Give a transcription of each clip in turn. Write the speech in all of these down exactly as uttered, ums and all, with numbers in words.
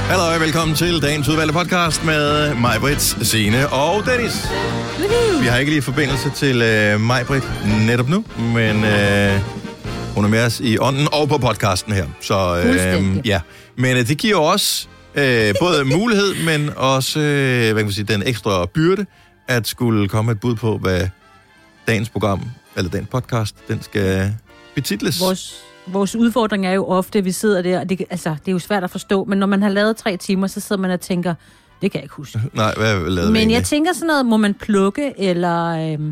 Hallo og velkommen til dagens udvalgte podcast med mig, Britt, Signe og Dennis. Vi har ikke lige forbindelse til øh, mig, Britt, netop nu, men øh, hun er med os i ånden og på podcasten her. Så øh, ja, men øh, det giver også øh, både mulighed, men også øh, hvad kan man sige, den ekstra byrde, at skulle komme et bud på, hvad dagens program, eller den podcast, den skal betitles. Vores, vores udfordring er jo ofte, at vi sidder der, og det, altså, det er jo svært at forstå, men når man har lavet tre timer, så sidder man og tænker, det kan jeg ikke huske. Nej, hvad lavede Men vi jeg tænker sådan noget, må man plukke, eller... Øhm,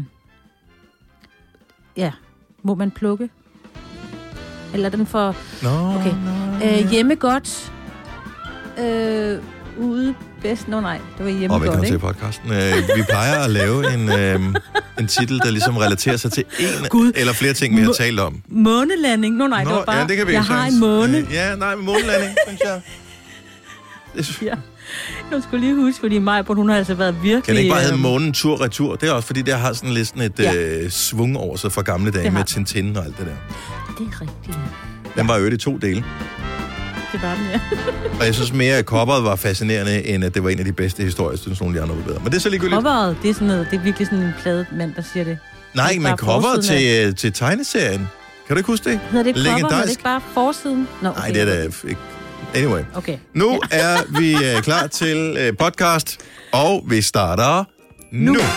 ja, må man plukke? Eller den for... Nå, okay. nå, Øh, hjemme godt. Øh, ude bedst. Nå nej, det var hjemme og godt, velkommen ikke? til podcasten. Øh, vi plejer at lave en, øh, en titel, der ligesom relaterer sig til en Gud. eller flere ting, vi har talt om. Månelanding. Nå nej, Nå, det var bare... ja, det kan vi jeg ikke har sagtens. en måne. Øh, ja, nej, månelanding, synes jeg. Det, Ja. Jeg skulle lige huske, fordi Majbert, hun har altså været virkelig... kan det ikke bare hedde øhm, månen tur-retur? Det er også, fordi det har sådan lidt sådan et Ja. øh, svung over sig fra gamle dage Det har med den. Tintin og alt det der. Det er rigtigt. Den var jo i to dele. Det var den, ja. Og jeg synes mere, at coveret var fascinerende, end at det var en af de bedste historier. Jeg synes, nogle af de andre var bedre. Men det er så ligegyldigt. Coveret, det er sådan noget, det er virkelig sådan en pladet mand, der siger det. Nej, Det er men bare coveret forsiden til, øh, til tegneserien. Kan du ikke huske det? Hedder det ikke cover? Hedder det Legendarisk. ikke bare forsiden? Nå, okay. Nej, det er da ikke. Anyway. Okay. Nu er vi øh, klar til øh, podcast, og vi starter nu. nu.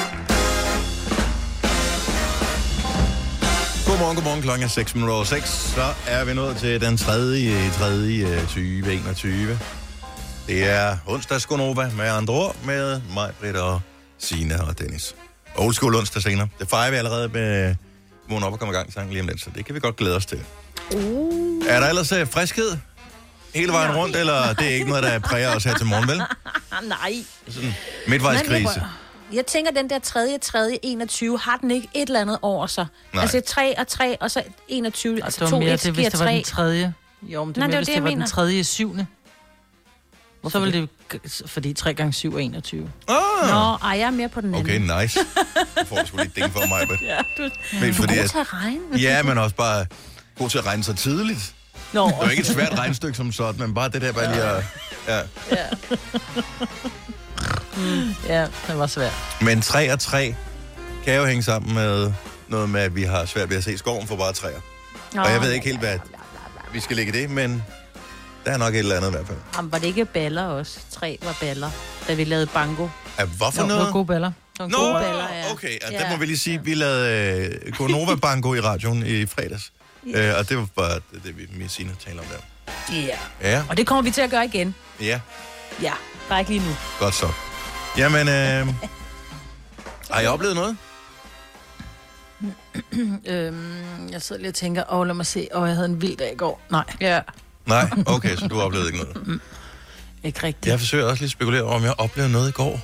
Godmorgen, godmorgen. Klokken er seks minutter over seks. Så er vi nået til den tredje, tredje tyve enogtyve. Det er onsdags Gonova med andre ord, med mig, Britt og Signe og Dennis. Old school onsdag senere. Det fejrer vi allerede med vågen op og komme i gang sangen lige om lidt, så det kan vi godt glæde os til. Uh. Er der ellers øh, friskhed hele vejen rundt, eller det er ikke noget, der præger os her til morgen, vel? Nej. Sådan midtvejskrise. Jeg tænker, den der tredje, tredje, enogtyve, har den ikke et eller andet over sig? Nej. Altså tre og tre, og så enogtyve, Altså, altså det var to, mere et det, hvis giver det var den tre. tredje. Jo, men det Nej, er det mere, var hvis det, det jeg var den mener. tredje syvende. Hvorfor Så ville det, fordi tre gange syv er enogtyve. Ah, Nå, ej, jeg er mere på den anden. okay, nice. Du får sgu lige ding for mig, men. Ja, du, Men du er fordi, god at, til at regne. ja, men også bare god til at regne så tidligt. Nå, Det er jo ikke et svært regnestykke som sådan, men bare det der bare lige at... Ja. ja. Mm, ja, den var svær. Men tre og tre kan jo hænge sammen med noget med, at vi har svært ved at se skoven for bare træer. Nå, Og jeg ved ikke helt, hvad vi skal lægge i det, men der er nok et eller andet i hvert fald. Jamen, var det ikke baller også? Tre var baller, da vi lavede bango. Ja, hvorfor Jo, det var noget? gode baller. Det var Nå, gode baller, ja. okay. Ja, Ja. der må vi lige sige, at vi lavede uh, Gonova Bango i radioen i fredags. Uh, og det var bare det, det vi med Signe taler om der. Ja. Ja, Og det kommer vi til at gøre igen. ja, Ja, bare ikke lige nu. godt så. Jamen, uh, har I oplevet noget? Øhm, jeg sidder lige og tænker, åh, lad mig se, åh, jeg havde en vild dag i går. Nej, Ja. Nej, okay, så du oplevede ikke noget. ikke rigtigt. Jeg forsøger også lige at spekulere over, om jeg oplevede noget i går.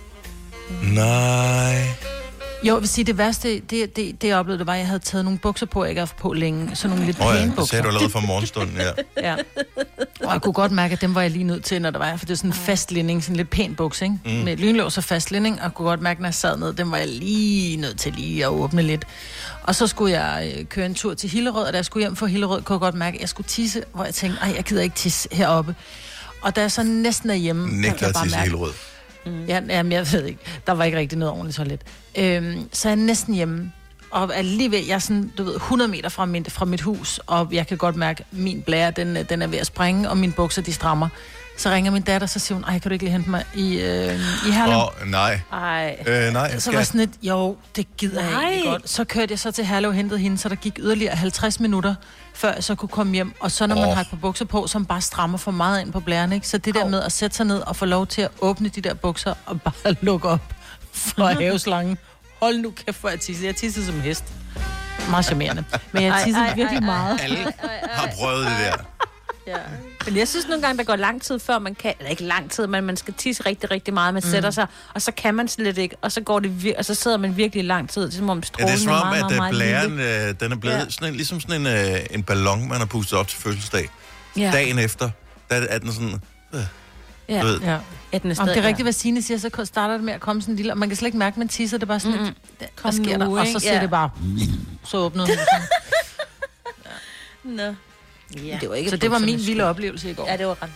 Nej. Jo, jeg vil sige, det værste, det, det, det jeg oplevede, det var, at jeg havde taget nogle bukser på, jeg ikke har haft på længe. Så nogle lidt Åh oh, pæne ja, det bukser. sagde du allerede fra morgenstunden, ja. Ja. Og jeg kunne godt mærke, at dem var jeg lige nødt til, når der var, for det er sådan en fast linding, sådan en lidt pæn buks, ikke? Mm. Med lynlås og fast linding, og jeg kunne godt mærke, når jeg sad ned, dem var jeg lige nødt til lige at åbne lidt. Og så skulle jeg øh, køre en tur til Hillerød, og da jeg skulle hjem fra Hillerød, kunne jeg godt mærke, at jeg skulle tisse, hvor jeg tænkte, ej, jeg gider ikke tisse heroppe. Og da jeg så næsten er hjemme, Nægter at tisse hele rød. Mm. Ja, jamen, jeg ved ikke. Der var ikke rigtig noget ordentligt toilet. Øhm, så er jeg næsten hjemme. Og alligevel, jeg er sådan, du ved, hundrede meter fra mit, fra mit hus, og jeg kan godt mærke, at min blære, den, den er ved at sprænge, og mine bukser, de strammer. Så ringer min datter, så siger hun, ej, kan du ikke lige hente mig i, øh, i Herlev? Åh, oh, nej. Ej. Øh, nej, Så var jeg sådan lidt, jo, det gider jeg Nej. ikke godt. Så kørte jeg så til Herlev og hentede hende, så der gik yderligere halvtreds minutter, før jeg så kunne komme hjem. Og så når man Åh. har et par bukser på, som bare strammer for meget ind på blæren, ikke? Så det der med at sætte sig ned og få lov til at åbne de der bukser og bare lukke op for haveslangen. Hold nu kæft, hvor jeg tissede. Jeg tissede som hest. Meget charmerende. Men jeg tissede virkelig meget. Alle har prøvet det der. Ja. Men jeg synes nogle gange, der går lang tid, før man kan... Eller ikke lang tid, men man skal tisse rigtig, rigtig meget. Man mm. sætter sig, og så kan man slet ikke. Og så går det vir- og så sidder man virkelig lang tid. Det er som om Ja, strålen det er som om, meget, at meget, øh, meget blæren, lille. øh, den er blevet Ja. sådan en, ligesom sådan en, øh, en ballon, man har pustet op til fødselsdag. Ja. Dagen efter, der er den sådan... Øh, Ja. du ved. Ja. Ja, den er Om stadig, det er rigtigt, hvad Signe siger, så starter det med at komme sådan en lille... Og man kan slet ikke mærke, at man tisser. Det er bare sådan lidt... Hvad Kom sker der? nu, Og så ikke? siger Ja. det bare... Så åbnede hun sådan. Nå. Ja. Det var ikke så det var min vilde oplevelse i går. Ja, det var ret vildt.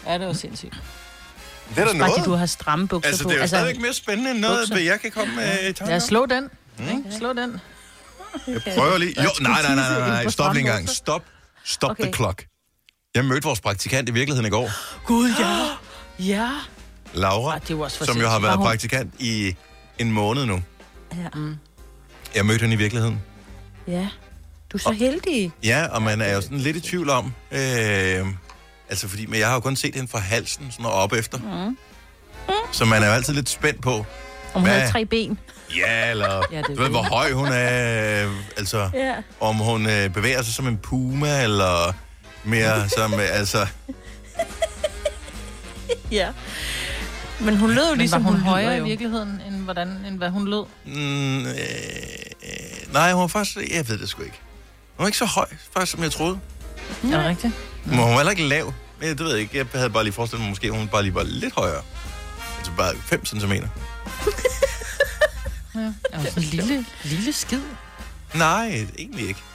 Ja, det var sindssygt. Det er da Bare noget. fordi du har stramme bukser Altså, på. det er jo stadigvæk mere spændende end noget, bukser. hvad jeg kan komme med i tanke Ja, om. slå den. Mm. Ikke? Slå den. Jeg prøver lige. Jo, nej, nej, nej, nej, nej. på Stop lige en gang. strømbukser. Stop. Stop Okay. the clock. Jeg mødte vores praktikant i virkeligheden i går. Gud, ja. Ja. Laura, Ah, det var også for som jo har sindssygt. været Var hun- praktikant i en måned nu. Ja. Mm. Jeg mødte hende i virkeligheden. ja. Du er så heldig. Ja, og man er jo sådan lidt i tvivl om, øh, altså fordi, men jeg har jo kun set hende fra halsen, sådan og op efter. Mm. Så man er jo altid lidt spændt på, Om hun Hvad? havde tre ben. ja, eller Ja, det du ved, ved hvor jeg. høj hun er, altså, Ja. om hun øh, bevæger sig som en puma, eller mere som, øh, altså, Ja. Men hun lød jo Men ligesom var hun lyder højere jo. i virkeligheden, end, hvordan, end hvad hun lød? mm, øh, øh, nej, hun var faktisk, jeg ved det sgu ikke. Hun var ikke så høj, faktisk, som jeg troede. Er det rigtigt? Men hun var heller ikke lav. Men det ved jeg ikke. Jeg havde bare lige forestillet mig, måske hun bare lige var lidt højere. Altså bare fem centimeter. Ja. Er hun sådan en lille, lille skid? Nej, egentlig ikke.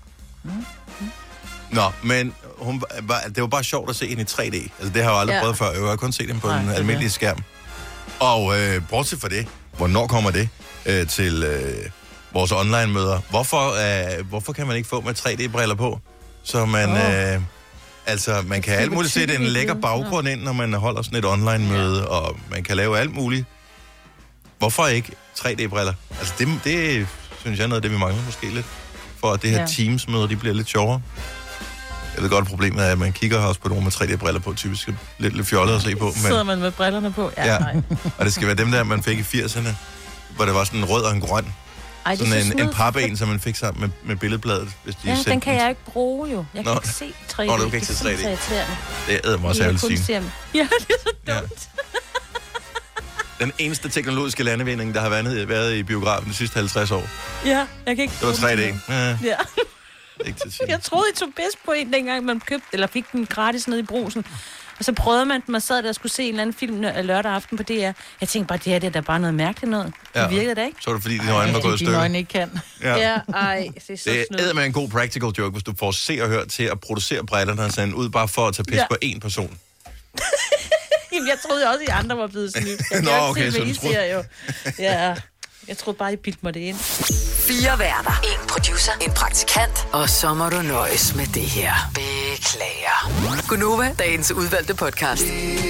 Nå, men hun var, det var bare sjovt at se hende i tre D. Altså, det har jeg jo aldrig ja. Ja. prøvet før. Jeg har kun set hende på Nej, en det er almindelig det. skærm. Og øh, bortset fra det, hvornår kommer det øh, til øh, vores online-møder? Hvorfor, øh, hvorfor kan man ikke få med tre D-briller på? Så man... Åh. Øh, altså, man kan alt muligt sætte en lækker baggrund ind, når man holder sådan et online-møde, og man kan lave alt muligt. Hvorfor ikke tre D-briller? Altså, det, det synes jeg er noget af det, vi mangler måske lidt. For at det her Ja. Teams-møder, de bliver lidt sjovere. Jeg ved godt, problemet er, at man kigger også på nogle med tre D-briller på, typisk lidt, lidt fjollet at se på. Men, Sidder man med brillerne på? Ja, Ja. nej. og det skal være dem der, man fik i firserne, hvor det var sådan en rød og en grøn. Ej, det er Sådan så en, en snydt. pappen, som man fik sammen med, med billedbladet, hvis de Ja, sendte den kan jeg ikke bruge jo. Jeg kan Nå. ikke se tre D. Nå, du kan ikke se Det er tre D. simpelthen så irriterende. Det æder mig også Jeg ærligt kun sige. ser dem. Ja, det er så Ja. dumt. Den eneste teknologiske landevinding, der har været, været i biografen de sidste halvtreds år, Ja, jeg kan ikke det var tre D. Ja, Ja. ikke til at sige. Jeg troede, I tog bedst på en, dengang man købte, eller fik den gratis nede i Brugsen. Og så prøvede man den, og sad der og skulle se en eller anden film nø- lørdag aften på D R. Jeg tænkte bare, det her det er da bare noget mærkeligt noget. Ja. Det virkede da ikke. Så var det fordi, dine øjne var gået i Dine stykker. øjne ikke kan. Ja. Ja, ej, det er så Det snydt. er med en god practical joke, hvis du får se og hør til at producere brillerne og sende ud bare for at tage pis Ja. på én person. Jamen, jeg troede også, at I andre var blevet snydt. Jeg kan Nå, jo ikke okay, se, så hvad du I troede- siger jo. Ja, jeg troede bare, I bildte mig det ind. Fire værter. En producer. En praktikant. Og så må du nøjes med det her. Beklager. Gunova, dagens udvalgte podcast.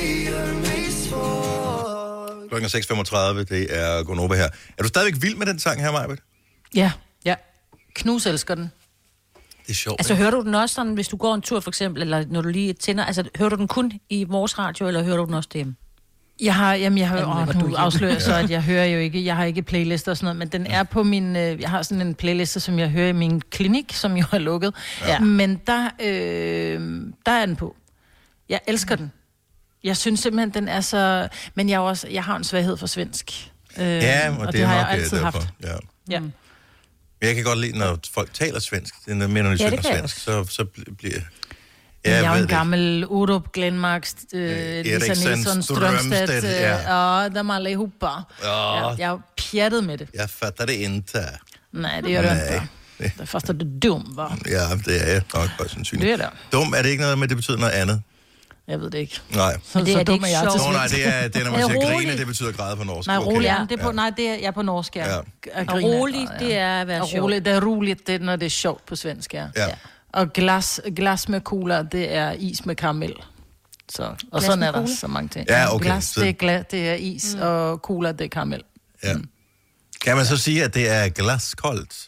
Klokken er seks femogtredive, det er Gonova her. Er du stadigvæk vild med den sang her, Majbert? Ja, ja. Knus elsker den. Det er sjovt. Altså, hører du den også sådan, hvis du går en tur for eksempel, eller når du lige tænder, altså, hører du den kun i vores radio, eller hører du den også derhjemme? Jeg har, jamen jeg har, Jamen, åh, hvor du nu hjemme. afslører jeg så, at jeg hører jo ikke, jeg har ikke playlister og sådan noget, men den er på min, øh, jeg har sådan en playliste, som jeg hører i min klinik, som jo er lukket. Ja. Men der, øh, der er den på. Jeg elsker den. Jeg synes simpelthen, den er så, men jeg, er også, jeg har en svaghed for svensk. Øh, Ja, og, og det, det er har nok jeg altid derfor. haft. Ja. Ja. Men jeg kan godt lide, når folk taler svensk. Det er mere, når de Ja, det synger kan jeg svensk, så, så bl- bliver... Ja, jeg er jo ved en det ikke. gammel Urup, Glenmark, øh, Lisa Eriksen, Nilsson, Strömstedt, Strömstedt, ja. øh, og dem allihopa. Ja. Ja, jeg er jo pjattet med det. Jeg fatter det ikke. Nej, det gør det Nej. inte. Det er først, at det er dum, var. Ja, det er jeg nok højst sandsynligt. Det er der. Dum er det ikke noget med, det betyder noget andet. Jeg ved det ikke. Nej. Så, Men det så er det dum ikke er jeg til sjovt. Nå, nej, svensk. det er, det er når man Er siger rolig? grine, det betyder græde på norsk. Nej, rolig, Okay. ja. det er på, nej, det er, jeg er på norsk, ja. Ja. At Og grine, rolig, ja. det er at være Og sjov. rolig, det er roligt, det er, når det er sjovt på svensk, ja. Ja. Og glas, glas med cola, det er is med karamel. Så, og Glas sådan med er der cola? så mange ting. Ja, okay, Glas, så- det er, glas, det er is, mm. og cola, det er karamel. Ja. Kan man så sige, at det er glaskoldt?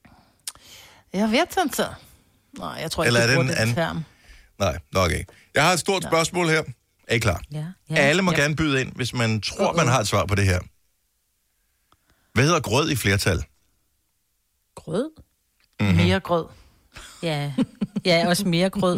Jeg ved inte. Nej, jeg tror ikke, Eller er det det bruger en den anden- term. Nej, nok ikke. Jeg har et stort spørgsmål her. Er I klar? Ja, ja. Alle må Ja. gerne byde ind, hvis man tror, man har et svar på det her. Hvad hedder grød i flertal? Grød? Mm-hmm. Mere grød. Ja. Ja, også mere grød.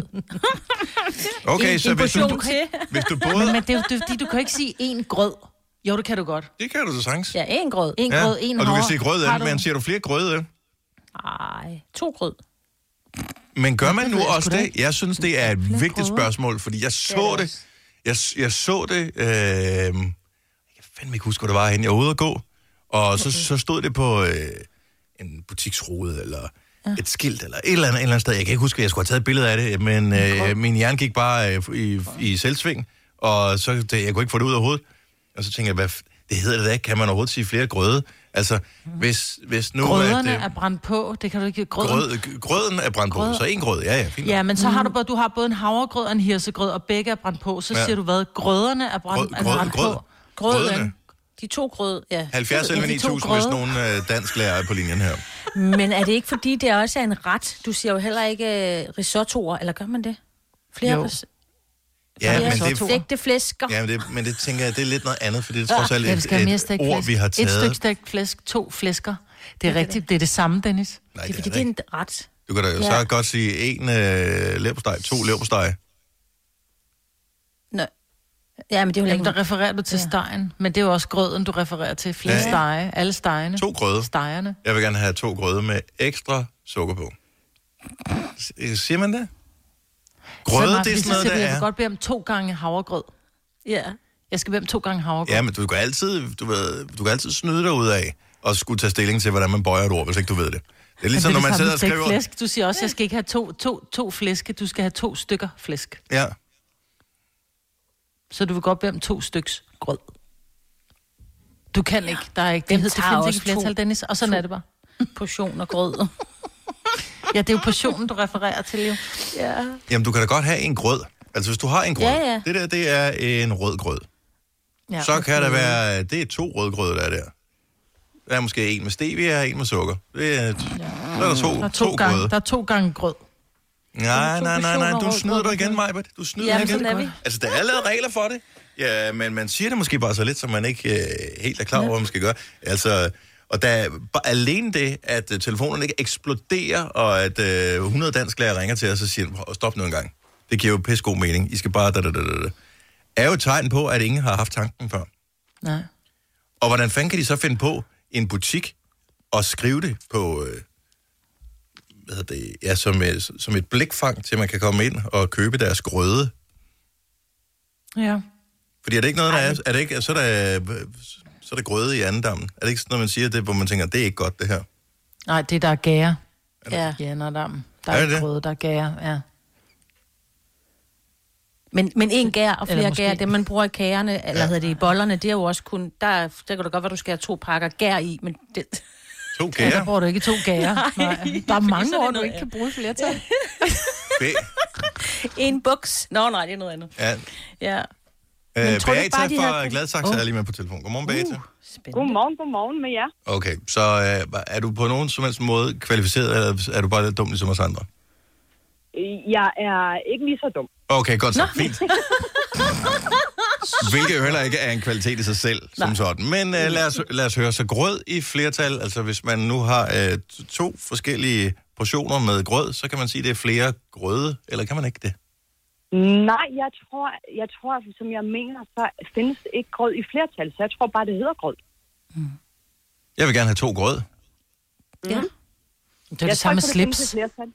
Okay, en, så en hvis du, portion til. hvis du Men, både... men det er jo det er fordi, du kan ikke sige én grød. Jo, det kan du godt. Det kan du så sagtens. Ja, en grød. En grød, en og du kan havre. sige grød Har ind, du- men siger du flere grød ind? Ej, to grød. Men gør man det nu ved jeg også sgu da det? ikke. Jeg synes, det er et Flere vigtigt grøder. spørgsmål, fordi jeg så Det er det. Jeg, jeg så det... Øh, jeg kan fandme ikke huske, hvor det var henne. Jeg var ude at gå, og så, så stod det på øh, en butiksrude, eller ja. et skilt, eller et eller andet, et eller andet sted. Jeg kan ikke huske, at jeg skulle have taget et billede af det, men øh, min hjerne gik bare øh, i, i selvsving, og så det, jeg kunne ikke få det ud af hovedet. Og så tænkte jeg, hvad det hedder det da ikke? Kan man overhovedet sige flere grøde? Altså, hvis, hvis nu... Grøderne at, øh, er brændt på, det kan du ikke... Grøden, grød, grøden er brændt Grød. på, så en grød, ja, ja, fint. Ja, men så har du både, du har både en havregrød og en hirsegrød, og begge er brændt på. Så Ja. siger du hvad? Grøderne er brændt, Grød, er grød, brændt grød. på. Grøden. Grødene. De to grød, ja. halvfjerds elleve Ja, de ni to tusind, hvis grøde. nogen øh, dansk lærer er på linjen her. Men er det ikke, fordi det også er en ret? Du siger jo heller ikke uh, risottoer, eller gør man det? Flere Jo. ris- Ja, men så det, to. Stegte flæsker. ja, men det, men det tænker jeg, det er lidt noget andet, fordi det er trods alt Ja, vi et, skal have mere et stegt ord, flæsk. vi har Et taget. stykke stegt flæsk, to flæsker. Det er det er rigtigt, det er det samme, Dennis. Nej, Det er fordi, det det er er ikke. en ret. Du kan da jo Ja. så godt sige en øh, leverpostej, to leverpostej. Nå. Ja, men det er jo Jamen, ikke... der refererer du til Ja. stegen, men det er jo også grøden, du refererer til. Flere Ja. stege, alle stegene. To grøde. Stegerne. Jeg vil gerne have to grøde med ekstra sukker på. S- Siger man det? Grøde, det er sådan noget, der Jeg vil er... godt bede om to gange havregrød. Ja. Jeg skal bede om to gange havregrød. Ja, men du kan altid, du ved, du kan altid snyde dig ud af og skulle tage stilling til, hvordan man bøjer et ord, hvis ikke du ved det. Det er ligesom, Men når det man er sidder det og samme med skriver... stegt flæsk. Du siger også, at jeg skal ikke have to, to, to flæske. Du skal have to stykker flæsk. Ja. Så du vil godt bede om to styks grød. Du kan ikke. Der er ikke. Det, Hvem hed, det tager findes også ikke flertal, to- Dennis. Og sådan to- er det bare. Portion og grød. Ja, det er jo portionen, du refererer til, jo. Ja. Jamen, du kan da godt have en grød. Altså, hvis du har en grød, Ja, ja. det der, det er en rød grød. Ja, Så kan der være, det er to rødgrøde, der er der. Der er måske en med stevia og en med sukker. Det er, så er der to, Der er to, to, gange, grøde. der er to gange grød. Nej, to nej, nej, nej, portioner du rød snyder grød. dig igen, Majbert. Du snyder Jamen, igen. sådan er vi. Altså, der er lavet regler for det. Ja, men man siger det måske bare så lidt, så man ikke øh, helt er klar over, hvad man skal gøre. Altså, og der er bare alene det, at øh, telefonerne ikke eksploderer, og at øh, hundrede dansklærer ringer til os og siger, "Prøv, stop nu en gang. Det giver jo pisse god mening. I skal bare... Da, da, da, da. Er jo et tegn på, at ingen har haft tanken før. Nej. Og hvordan fanden kan de så finde på i en butik og skrive det på, øh, hvad hedder det, ja, som, et, som et blikfang til, at man kan komme ind og købe deres grøde? Ja. Fordi er det ikke noget, der er, er det ikke, så er der, så er der grøde i andendammen. Er det ikke sådan, når man siger det, hvor man tænker, det er ikke godt, det her? Nej, det er der er gære. Ja. Ja, når der, der Er er, det det? er grøde, der er gære, ja. Men, men en gær og Eller flere måske- gær, det man bruger i kagerne, eller hedder det i bollerne, det er jo også kun, der, der kan det godt være, du skal have to pakker gær i, men det, To Ja, gære. der bruger du ikke to gære. Nej. Der er så mange er det ord, du noget ikke andet. kan bruge i flertal. B. en buks. Nå, nej, det er noget andet. Ja. Ja. Øh, tror du ikke Beata bare, de fra havde- Gladsaxe Åh. er lige med på telefon. Godmorgen, Beata. Spændende. Godmorgen, godmorgen med jer. Okay, så øh, er du på nogen som helst måde kvalificeret, eller er du bare lidt dum ligesom os andre? Jeg er ikke lige så dum. Okay, godt så. Fint. Hvilket jo heller ikke er en kvalitet i sig selv, som Nej. sådan. Men uh, lad, os, lad os høre. Så grød i flertal, altså hvis man nu har uh, to forskellige portioner med grød, så kan man sige, at det er flere grøde, eller kan man ikke det? Nej, jeg tror, jeg tror, som jeg mener, så findes ikke grød i flertal, så jeg tror bare, det hedder grød. Jeg vil gerne have to grød. Ja. Det er jeg det samme med tror ikke, det findes i slips. flertal.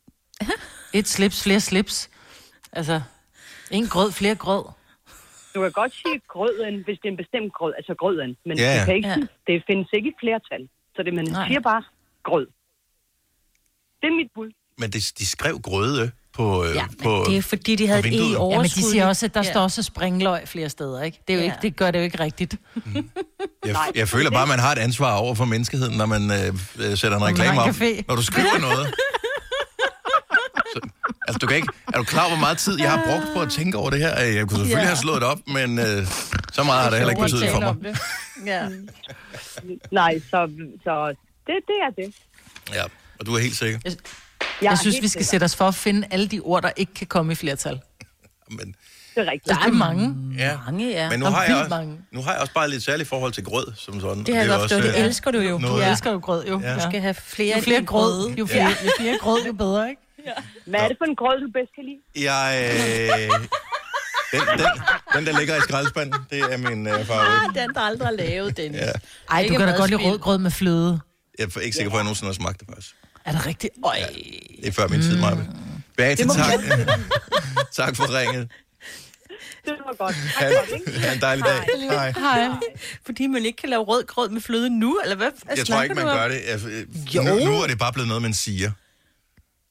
Et slips, flere slips. Altså, en grød, flere grød. Du kan godt sige grøden, hvis det er en bestemt grød, altså grøden, men Ja, ja, ja. det, kan ikke, Ja. sige, det findes ikke i flertal. Så det, man Nej. siger bare grød. Det er mit bud. Men de, de skrev grøde på, øh, Ja, på men det er fordi, de havde på et E i vinduet. overskud. Ja, men de siger også, at der Ja. står også springløg flere steder, ikke? Det, er jo Ja. ikke, det gør det jo ikke rigtigt. Jeg, jeg føler bare, at man har et ansvar over for menneskeheden, når man øh, øh, sætter en reklame har en op. café. Når du skriver noget. Så, altså, du kan ikke... Er du klar over, hvor meget tid jeg har brugt på at tænke over det her? Jeg kunne selvfølgelig Ja. have slået det op, men øh, så meget har det heller ikke betydet for mig. Ja. Nej, så, så det, det er det. Ja, og du er helt sikker. Jeg, Jeg er synes, helt vi skal sikker. sætte os for at finde alle de ord, der ikke kan komme i flertal. Men, Det er rigtigt. Der er mange. ja. Mange, ja. Men nu Der er har, jeg vildt også, mange. nu har jeg også bare lidt særligt forhold til grød, som sådan. Det har jeg er godt forstået. øh, Det elsker du jo. noget- Du Ja. elsker jo grød, jo. Ja. Du skal have flere, Jo end flere en grød, jo flere, jo flere grød, jo bedre, ikke? Hvad er det for en grød, du bedst kan lide? Jeg... Øh, den, den, den, der ligger i skraldespanden, det er min øh, favorit. Den, der aldrig har lavet, Dennis. Ja. Ej, du Ikke kan da godt lide madspild. rødgrød med fløde. Jeg er ikke sikker på, at jeg nogensinde har smagt det faktisk. Er det rigtigt? Øj. Det er før min tid, Maja. Beate, tak. tak for ringet. Det var godt. Ha, ha en dejlig dag. Hej. Hej. Fordi man ikke kan lave rød grød med fløde nu, eller hvad? hvad Jeg tror snakker ikke, man du om? gør det. Altså, Jo. nu, nu er det bare blevet noget, man siger.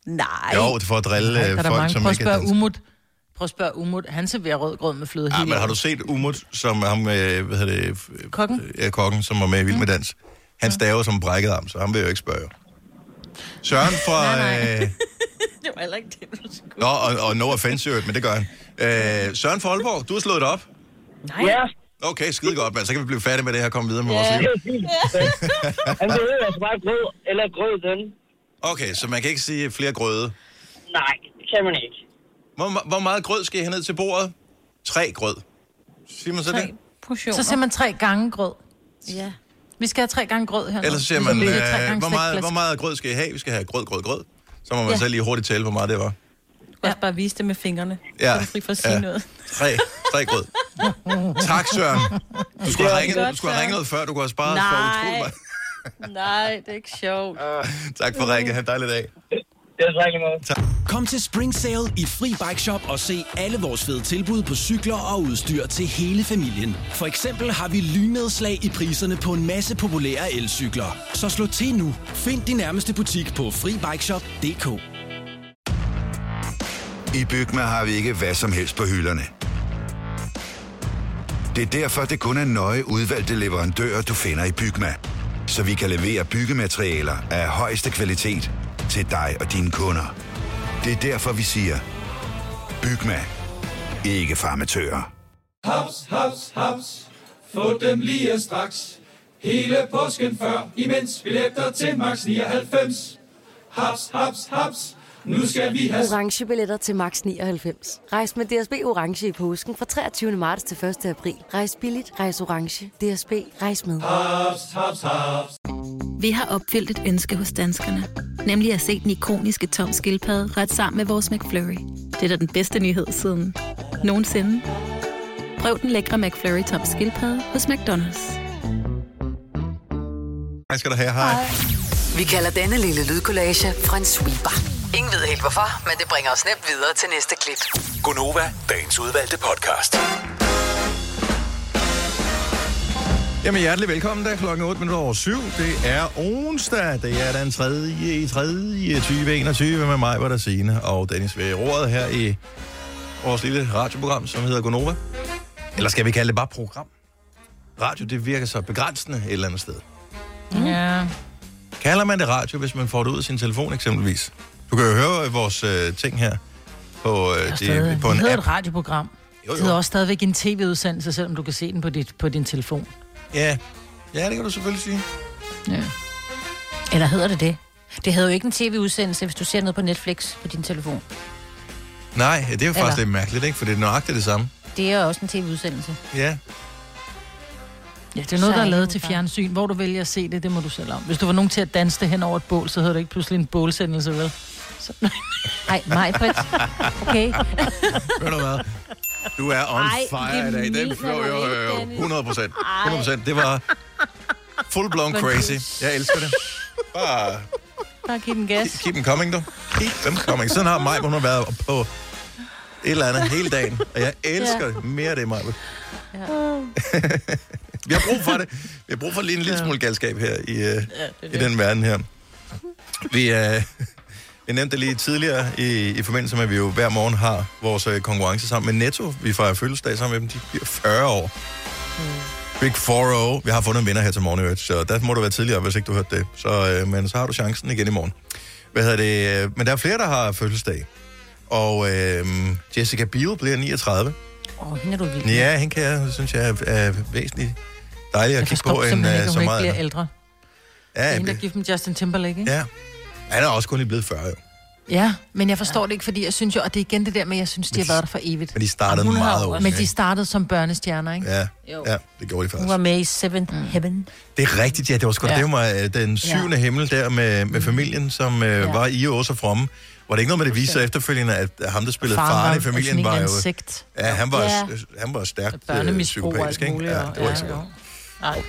Nej. Jo, det er for at drille Nej, øh, der er der folk, mange. som Prøv at ikke er spørge dansk. Umut. Prøv at spørge Umut. Han serverer rød grød med fløde Ja, hele men har året. du set Umut, som er ham med, hvad hedder det? f- Kokken? Ja, kokken, som var med i Vild med Dans. Han staver som brækket arm, så ham vil jeg jo ikke spørge. Søren fra... Nej, nej. Øh, Det var heller ikke det, du skulle. nå, og, og no offense, jo, men det gør han. Øh, Søren fra Aalborg, du har slået det op. Nej. Ja, Okay, skide godt, men så kan vi blive færdige med det her og komme videre med vores liv. det er fint. Han behøver altså bare grød eller grød den. Okay, så man kan ikke sige flere grøde. Nej, det kan man ikke. Hvor, hvor meget grød skal I have ned til bordet? Tre grød. Siger man så Tre det? portioner. Så siger man tre gange grød. Ja. Vi skal have tre gange grød her. Ellers så siger man, øh, hvor, meget, hvor meget grød skal I have? Vi skal have grød, grød, grød. Så må man Ja. så lige hurtigt tælle, hvor meget det var. Du kan også bare vise det med fingrene. Ja. Så er du fri for at sige Ja. noget. Tre, tre grød. Tak, Søren. Du skulle have ringet, du skulle have Søren. ringet noget før. Du kunne have sparet for utrolig Nej. meget. Nej, det er ikke sjovt. Tak for ringet. Ha' en dejlig dag. Det er så ikke noget. Kom til Spring Sale i Fri Bike Shop og se alle vores fede tilbud på cykler og udstyr til hele familien. For eksempel har vi lynedslag i priserne på en masse populære elcykler. Så slå til nu. Find din nærmeste butik på fri bike shop punktum d k. I Bygma har vi ikke hvad som helst på hylderne. Det er derfor, det kun er nøje udvalgte leverandører, du finder i Bygma. Så vi kan levere byggematerialer af højeste kvalitet til dig og dine kunder. Det er derfor, vi siger, Bygma. Ikke farmatører. Haps, haps, haps. Få dem lige straks. Hele påsken før, imens billetter til max nioghalvfems. Haps, haps, haps. Nu skal vi have... Orange billetter til max nioghalvfems. Rejs med D S B Orange i påsken fra treogtyvende marts til første april. Rejs billigt, rejs orange. D S B, rejs med. Haps, haps, haps. Vi har opfyldt et ønske hos danskerne. Nemlig at se den ikoniske tom skildpadde ret sammen med vores McFlurry. Det er da den bedste nyhed siden nogensinde. Prøv den lækre McFlurry tom skildpadde hos McDonald's. Hej skal du have. Hej. Vi kalder denne lille lydkollage en sweeper. Ingen ved helt hvorfor, men det bringer os nemt videre til næste klip. Gonova, dagens udvalgte podcast. Jamen hjertelig velkommen, der klokken otte minutter over syv. Det er onsdag. Det er den tredje i tredje tyve enogtyve med mig, hvor der Signe og Dennis ved roret her i vores lille radioprogram, som hedder Gonova. Eller skal vi kalde det bare program? Radio, det virker så begrænsende et eller andet sted. Mm. Ja. Kalder man det radio, hvis man får det ud af sin telefon eksempelvis? Du kan jo høre vores øh, ting her på, øh, Det, på det en hedder app. et radioprogram. Jo, Det hedder jo. også stadigvæk en tv-udsendelse, selvom du kan se den på, dit, på din telefon. Ja. ja, det kan du selvfølgelig sige. Ja. Eller hedder det det? Det hedder jo ikke en tv-udsendelse, hvis du ser noget på Netflix på din telefon. Nej, det er jo faktisk Eller- lidt mærkeligt, ikke? For det er nøjagtigt det samme. Det er også en tv-udsendelse. Ja. Ja, det er noget, der er lavet til Sejt. fjernsyn. Hvor du vælger at se det, det må du selv om. Hvis du var nogen til at danse det hen over et bål, så hedder det ikke pludselig en bålsendelse, vel? Så... Nej, mig, Britt. Okay. Ved du hvad? Du er on Ej, fire i det dag. Den mener jo, du jo, ikke, jo, jo. Dennis. hundrede procent. hundrede procent. Det var full blown crazy. Jeg elsker det. Bare Bare giv den gas. keep them coming, du. Keep them coming. Sådan har mig, hun har været på et eller andet hele dagen. Og jeg elsker det. Mere af det, Maja. Ja. Vi har brug for det. Vi har brug for lige en lille smule galskab her i, uh, Ja, det er i det. den verden her. Vi, uh, vi nævnte det lige tidligere i, i forbindelse med, at vi jo hver morgen har vores uh, konkurrence sammen med Netto. Vi fejrer fødselsdag sammen med dem. De bliver fyrre år. Mm. Big fyrre. Vi har fundet en vinder her til morgen, i øvrigt, så der må du være tidligere, hvis ikke du hørte det. Så, uh, men så har du chancen igen i morgen. Hvad hedder det? Uh, men der er flere, der har fødselsdag. Og uh, Jessica Biel bliver niogtredive. Åh, oh, hende er du vild. Ja, hende kan jeg, synes jeg, er, er væsentligt dejligt at Jeg kigge forstår på, end simpelthen ikke, uh, at så hun ikke meget bliver andet. ældre. Ja, Det er hende, der det- gift med Justin Timberlake, ikke? ja. Han er også kun lige blevet fyrre, jo. Ja, men jeg forstår det ikke, fordi jeg synes jo, og det er igen det der med, jeg synes, de har været der for evigt. Men de startede hun har meget jo unge. også- Men de ikke? startede som børnestjerner, ikke? Ja, Jo. ja, det gjorde de Hun faktisk. var med i Seventh mm. Heaven. Det er rigtigt, ja. Det var sgu da Ja. det var øh, den syvende himmel der med, med familien, som øh, Ja. var I og så fromme. Var det ikke noget med det viser efterfølgende, at ham, der spillede faren i familien, var jo... sekt. Ja, han var, Ja. han var stærkt øh, Børnemisbrug og psykopatisk, alt ikke? muligt. Ja, og- det var ikke så ja, godt. jo. Ej.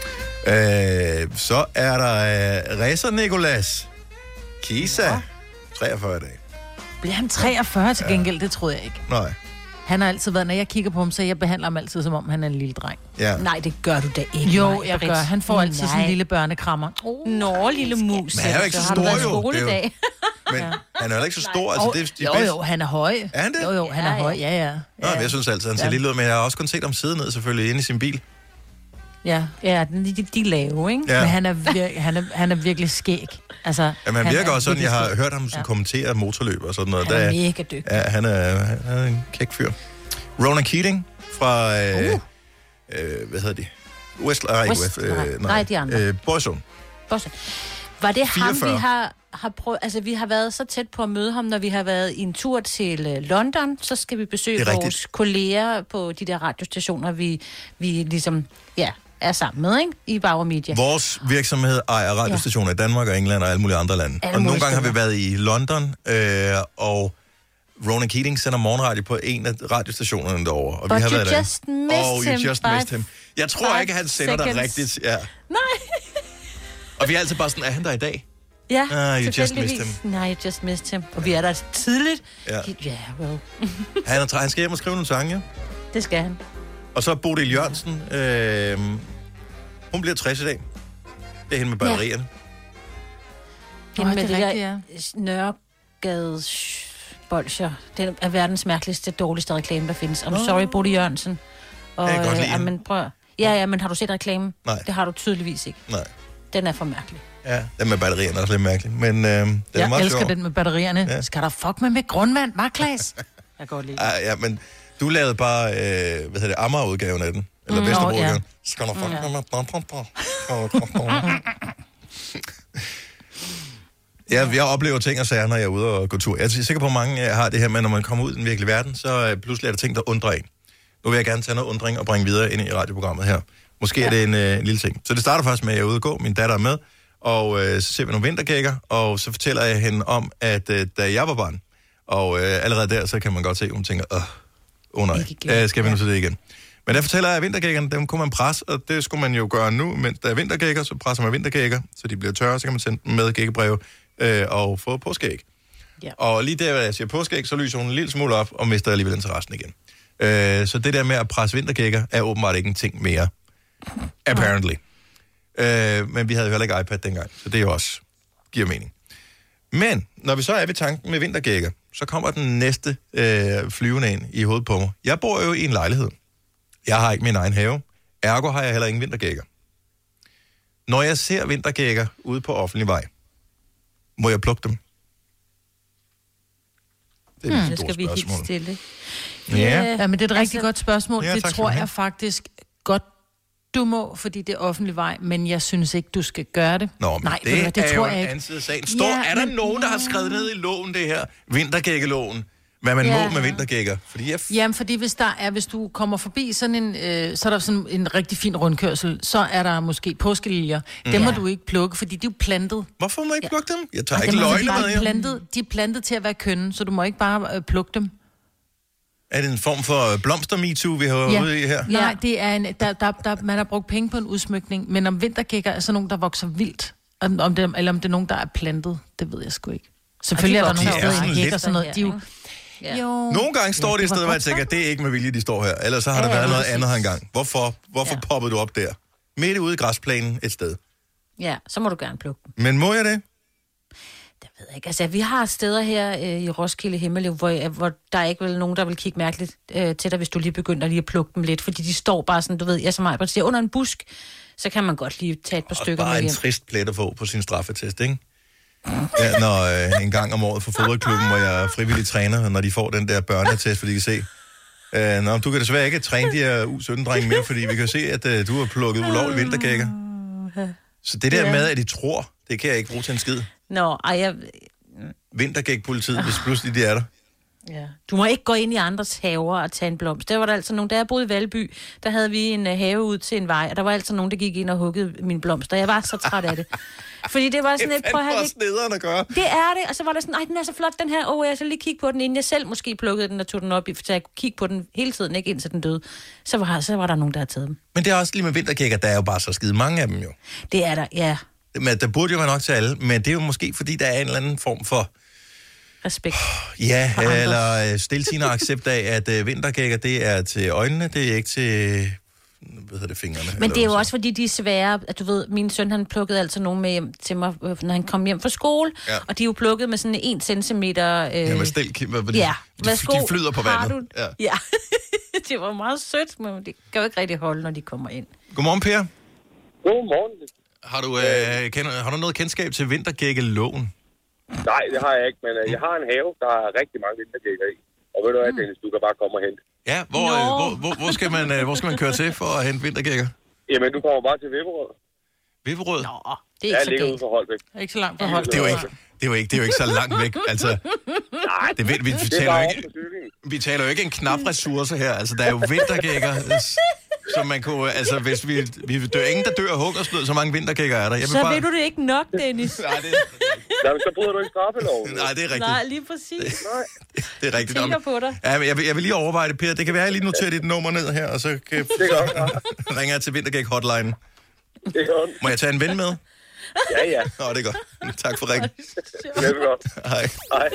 Øh, så er der øh, Racer Nicolas Kisa, treogfyrre dage. Bliver han treogfyrre til gengæld? Det troede jeg ikke. Nej. Han har altid været, når jeg kigger på ham, så jeg behandler ham altid, som om han er en lille dreng. Ja. Nej, det gør du da ikke. Jo, Maja, jeg gør. Han får altid Nej. sådan en lille børnekrammer. Oh, Nå, lille mus. Men han er jo ikke så har du stor, været i jo. skole Det er i jo- dag? Men han er jo heller ikke så stor. Altså, det er de jo, bedste. jo, han er høj. Er han det? Jo, jo, han er høj. Ja, ja. Nå, men jeg synes altid, han ser Ja. lille ud, men jeg har også kun set ham sidde ned selvfølgelig inde i sin bil. Ja, Ja, de, de, de er lave, ikke? Ja. men han er, vir- han, er, han er virkelig skæg. Altså, Ja, man han virker er også sådan, jeg virkelig har skæg. hørt ham sådan Ja. kommentere motorløb og sådan noget. Han er Der- mega dygtig. Ja, han er, han er en kæk fyr. Ronan Keating fra, øh, uh. øh, hvad hedder de? West, nej, ikke West- West, øh, nej. nej, Nej, de andre. Øh, Boyzone. Også. Var det ham, fireogfyrre. vi har, har prøvet... Altså, vi har været så tæt på at møde ham, når vi har været i en tur til øh, London. Så skal vi besøge Det er vores rigtigt. kolleger på de der radiostationer, vi, vi ligesom ja, er sammen med, ikke? I Bauer Media. Vores virksomhed ejer radiostationer ja. i Danmark og England og alle mulige andre lande. Alle Og nogle mulige gange har vi steder. været i London, øh, og Ronan Keating sender morgenradio på en af radiostationerne derovre. Og But vi har you været der. just missed oh, you him just by missed him. Jeg tror five ikke, han sender dig seconds. rigtigt. Ja. Nej. Og vi er altid bare sådan, er han der i dag? Ja, Ah, you just tilfældigvis. missed him. Nej, you just missed him. Og vi er der tidligt. Ja. Ja, well. Han, er, træ- han skal hjem og skrive nogle sange, ja. Det skal han. Og så Bodil Jørgensen. Øh, hun bliver tres i dag. Det er hende med batterierne. Hende Nå, med det det er der rigtigt, ja. Nørregades bolsjer. Det er verdens mærkeligste, dårligste reklame, der findes. I'm sorry, Bodil Jørgensen. Og, Jeg kan godt lide øh, hende. men prøv. Ja, ja, men har du set reklamen? Nej. Det har du tydeligvis ikke. Nej. Den er for mærkelig. Ja, den med batterierne er også lidt mærkelig. Men øh, den er Jeg meget elsker sjov. den med batterierne. Ja. Ja. Skal der fuck med med grundvand, Marklæs? Jeg kan godt lide det. Ah, ja, men du lavede bare, øh, hvad hedder det, Amager-udgaven af den. Eller Mm, Vesterbro-udgaven. ja. Skal du fuck Ja. med Ja, jeg oplever ting og sager, når jeg er ude og gå tur. Jeg er sikker på, at mange har det her med, når man kommer ud i den virkelige verden, så øh, pludselig er der ting, der undrer en. Nu vil jeg gerne tage noget undring og bringe videre ind i radioprogrammet her. Måske ja. er det en, øh, en lille ting. Så det starter faktisk med, at jeg er ude og gå. Min datter er med, og øh, så ser vi nogle vintergækker, og så fortæller jeg hende om, at øh, da jeg var barn, og øh, allerede der, så kan man godt se, at hun tænker, åh, oh, nej, øh, skal vi nu til det igen? Men der fortæller jeg, at vintergækkerne, dem kunne man presse, og det skulle man jo gøre nu, mens der er vintergækker, så presser man vintergækker, så de bliver tørre, så kan man sende dem med gækkebreve øh, og få påskeæg. Ja. Og lige der, hvor jeg siger påskeæg, så lyser hun en lille smule op, og mister alligevel interessen igen. Øh, så det der med at presse vintergækker, er åbenbart ikke en ting mere. Apparently. Øh, men vi havde jo heller ikke iPad dengang, så det er jo også giver mening. Men når vi så er ved tanken med vintergækker, så kommer den næste øh, flyvende ind i hovedet på mig. Jeg bor jo i en lejlighed. Jeg har ikke min egen have. Ergo har jeg heller ingen vintergækker. Når jeg ser vintergækker ude på offentlig vej, må jeg plukke dem? Det er Hmm, et det stort skal vi helt spørgsmål. stille. Ja. Ja, men det er et rigtig godt spørgsmål. Ja, Det tak skal tror du have. jeg faktisk godt, du må, fordi det er offentlig vej, men jeg synes ikke, du skal gøre det. Nå, men Nej, det, ved du hvad, det er tror jo jeg en ikke. anden side af sagen. Står, Ja, er der men- nogen, der har skrevet ned i loven det her? Vintergækkeloven. Hvad man Ja. må med vintergækker. Fordi jeg... Jamen, fordi hvis der er, hvis du kommer forbi sådan en, øh, så er der sådan en rigtig fin rundkørsel, så er der måske påskeliljer. Mm. Dem må Ja. du ikke plukke, fordi de er jo plantet. Hvorfor må jeg ikke plukke dem? Jeg tager Og ikke dem er løgne bare med, jo. plantet, de er plantet til at være kønne, så du må ikke bare øh, plukke dem. Er det en form for blomster-MeToo, vi har Ja. ude i her? Nej, det er en, der, der, der, man har brugt penge på en udsmykning, men om vintergækker er sådan nogen, der vokser vildt, om, om det, eller om det er nogen, der er plantet, det ved jeg sgu ikke. Selvfølgelig er der vokser nogle jo steder, sådan i hæk lidt- og sådan noget. De er jo, Ja. jo. Nogle gange står Ja, det et det var sted, hvor jeg godt tænker, det er ikke med vilje, de står her. Ellers så har der Ja, ja, været noget præcis. andet her engang. Hvorfor, hvorfor ja. poppede du op der? Midt ude i græsplænen et sted. Ja, så må du gerne plukke dem. Men må jeg det? Jeg ved ikke, altså vi har steder her øh, i Roskilde Himmel, hvor, hvor der er ikke vel nogen, der vil kigge mærkeligt øh, til dig, hvis du lige begynder lige at plukke dem lidt, fordi de står bare sådan, du ved, jeg som mig, siger, under en busk, så kan man godt lige tage et par Og stykker med bare en hjem. trist plet at få på sin straffetest, ikke? Ja, når øh, en gang om året for fodboldklubben, hvor jeg er frivillig træner, når de får den der børneattest, for de kan se, øh, nå, du kan desværre ikke træne de her U sytten-drenge mere, fordi vi kan se, at øh, du har plukket ulovlige vintergækker. Så det der Ja. med, at de tror, det kan jeg ikke bruge til en skid. Nå, ej, jeg, Vintergækpolitiet, hvis pludselig de er der. ja. Du må ikke gå ind i andres haver og tage en blomst. Der var der altså nogen, da jeg boede i Valby, der havde vi en uh, have ud til en vej, og der var altså nogen, der gik ind og huggede min blomst, og jeg var så træt af det. Fordi det var sådan et, prøv at have Det er nederen at gøre. det er det, og så var der sådan, nej, den er så flot, den her, åh, jeg skal lige kigge på den, inden jeg selv måske plukkede den og tog den op, i, så jeg kunne kigge på den hele tiden, ikke indtil den døde. Så var, så var der nogen, der havde taget dem. Men det er også lige med vintergækker, der er jo bare så skide mange af dem jo. Det er der, ja. Men der burde jo være nok til alle, men det er jo måske, fordi der er en eller anden form for respekt. Ja, eller uh, stiltigende accept af, at uh, vintergækker, det er til øjnene, det er ikke til... Hvad hedder det, fingrene? Men det er jo også, fordi de er svære. At du ved, min søn, han plukkede altid nogen med hjem til mig, når han kom hjem fra skole. Ja. Og de er jo plukket med sådan en centimeter... Øh... Ja, med stil. Hvad, hvad, ja, de, de flyder på vandet. Du... Ja. ja. Det var meget sødt, men det kan jo ikke rigtig holde, når de kommer ind. Godmorgen, Per. Godmorgen. Har du, øh, kender, har du noget kendskab til vintergækkeloven? Nej, det har jeg ikke, men uh, jeg har en have, der er rigtig mange vintergækker i. Og ved du hvad, Dennis, du kan bare komme og hente. Ja, hvor, øh, hvor, hvor, hvor, skal man, øh, hvor skal man køre til for at hente vintergækker? Jamen, du kommer bare til Vipperød. Vipperød? Nå, det er ikke jeg så ligger galt. ude for Holbæk. Ikke så langt fra Holbæk. Det er jo ikke, det er jo ikke, det er jo ikke så langt væk. Altså, nej, det, vi, vi, vi, taler jo ikke, vi taler jo ikke en knap ressource her. Altså, der er jo vintergækker, som man kunne... Altså, hvis vi, vi dør ingen, der dør af hungersnød, så mange vintergækker er der. Jeg vil så bare... ved du det ikke nok, Dennis. Nej, det... Jamen, så bryder du ikke straffeloven. Nej, det er rigtigt. Nej, lige præcis. Nej. Det er rigtigt. Tænker på dig. Ja, jeg, vil, jeg vil lige overveje det, Per. Det kan være, at jeg lige noterer dit nummer ned her, og så, kan, så ringer jeg til Vintergæk-hotline. Det er godt. Må jeg tage en ven med? Ja, ja. Nå, det er godt. Tak for ringen. Det er godt. Hej. Hej.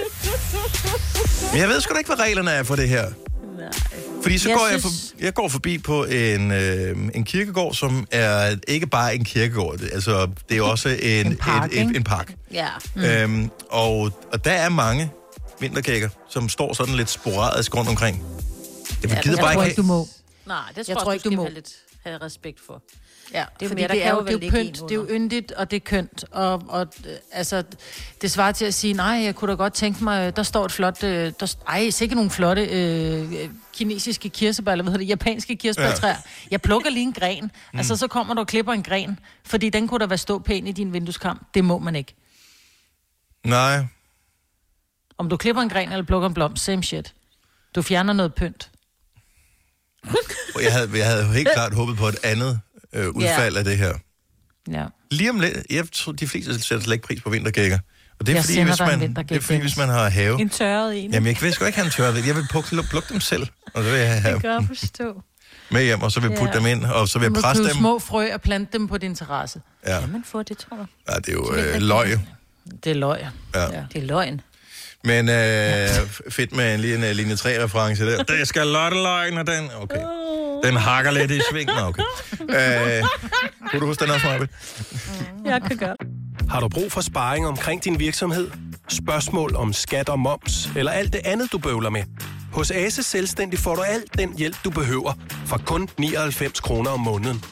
Men jeg ved sgu da ikke, hvad reglerne er for det her. Nej. Fordi så jeg går synes... jeg, for, jeg går forbi på en, øh, en kirkegård, som er ikke bare en kirkegård. Det, altså, det er også en, en park. et, et, en park. Ja. Mm. Øhm, og, og der er mange vintergækker, som står sådan lidt sporadisk rundt omkring. Jeg Ja, gider Jeg bare tror ikke ikke, du må. Nej, det Jeg tror, tror jeg ikke, ikke, du du må. skal have lidt have respekt for. Ja, det er fordi mere, der det kan er jo jo, det er vel jo ligge pynt, en det er jo under. yndigt, og det er kønt. Og, og altså, det svarer til at sige, nej, jeg kunne da godt tænke mig, der står et flot, øh, der, ej, sikkert nogle flotte øh, kinesiske kirsebær, eller hvad hedder det, japanske kirsebærtræer. Ja. Jeg plukker lige en gren. Mm. Altså, så kommer du og klipper en gren, fordi den kunne da være stå pæn i din vindueskarm. Det må man ikke. Nej. Om du klipper en gren eller plukker en blomst, same shit. Du fjerner noget pynt. Jeg havde, jeg havde helt klart håbet på et andet øh, udfald yeah. af det her. Ja. Lige om lidt, jeg tror, de fleste sætter slet ikke pris på vintergækker. Og det er Jeg fordi, sender hvis dig en man, vintergæk, det er fordi, hvis man har have... En tørret en. Jamen, jeg vil sgu ikke have en tørret. Jeg vil plukke, plukke dem selv. Og så vil jeg have Det gør jeg forstå. med hjem, og så vil jeg putte Ja. dem ind, og så vil Du jeg må presse købe dem. små frø og plante dem på din terrasse. Ja. Kan man få det, tror jeg? Ja, det er jo øh, løg. Det er løg. Ja. Ja. Det er løgn. Men øh, fedt med en, lige en uh, linje tre-reference der. Det skal lotteløgn, og den... Okay. Den hakker lidt i svingen. Okay. Øh, kunne du huske den også, Marbe? Jeg kan gøre. Har du brug for sparring omkring din virksomhed? Spørgsmål om skat og moms, eller alt det andet, du bøvler med? Hos Ase Selvstændig får du alt den hjælp, du behøver, for kun nioghalvfems kroner om måneden.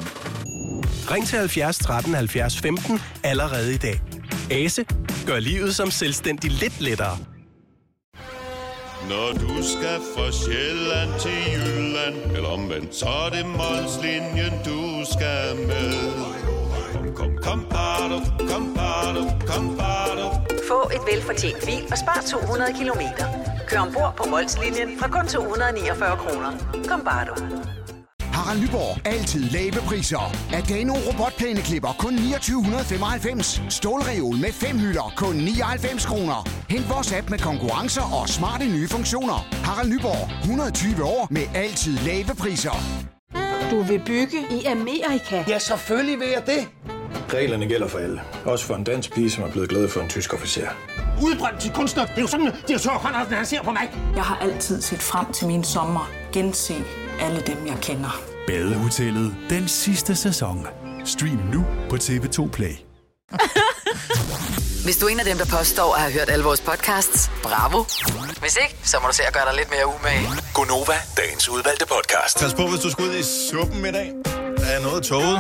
Ring til halvfjerds tretten halvfjerds femten allerede i dag. Ase gør livet som selvstændig lidt lettere. Når du skal fra Sjælland til Jylland, eller omvendt, så er det Molslinjen, du skal med. Kom, kom, kom, bado, kom, bado, kom, bado. Få et velfortjent bil og spar to hundrede kilometer. Kør ombord på Molslinjen fra kun to hundrede niogfyrre kroner. Kom, bare du. Harald Nyborg. Altid lave priser. Adano robotplæneklipper kun niogtyve femoghalvfems. Stålreol med fem hylder kun nioghalvfems kroner. Hent vores app med konkurrencer og smarte nye funktioner. Harald Nyborg. hundrede og tyve år med altid lave priser. Du vil bygge i Amerika? Ja, selvfølgelig vil jeg det. Reglerne gælder for alle. Også for en dansk pige, som er blevet glad for en tysk officer. Udbrændt til kunstner. Det er jo sådan, at direktør Conradsen, han ser på mig. Jeg har altid set frem til min sommer. Gense alle dem, jeg kender. Badehotellet den sidste sæson. Stream nu på T V to Play. Hvis du er en af dem, der påstår at have hørt alle vores podcasts, bravo. Hvis ikke, så må du se at gøre dig lidt mere umage. Gonova, dagens udvalgte podcast. Pas på, hvis du skal ud i suppen i dag. Der er noget tåget.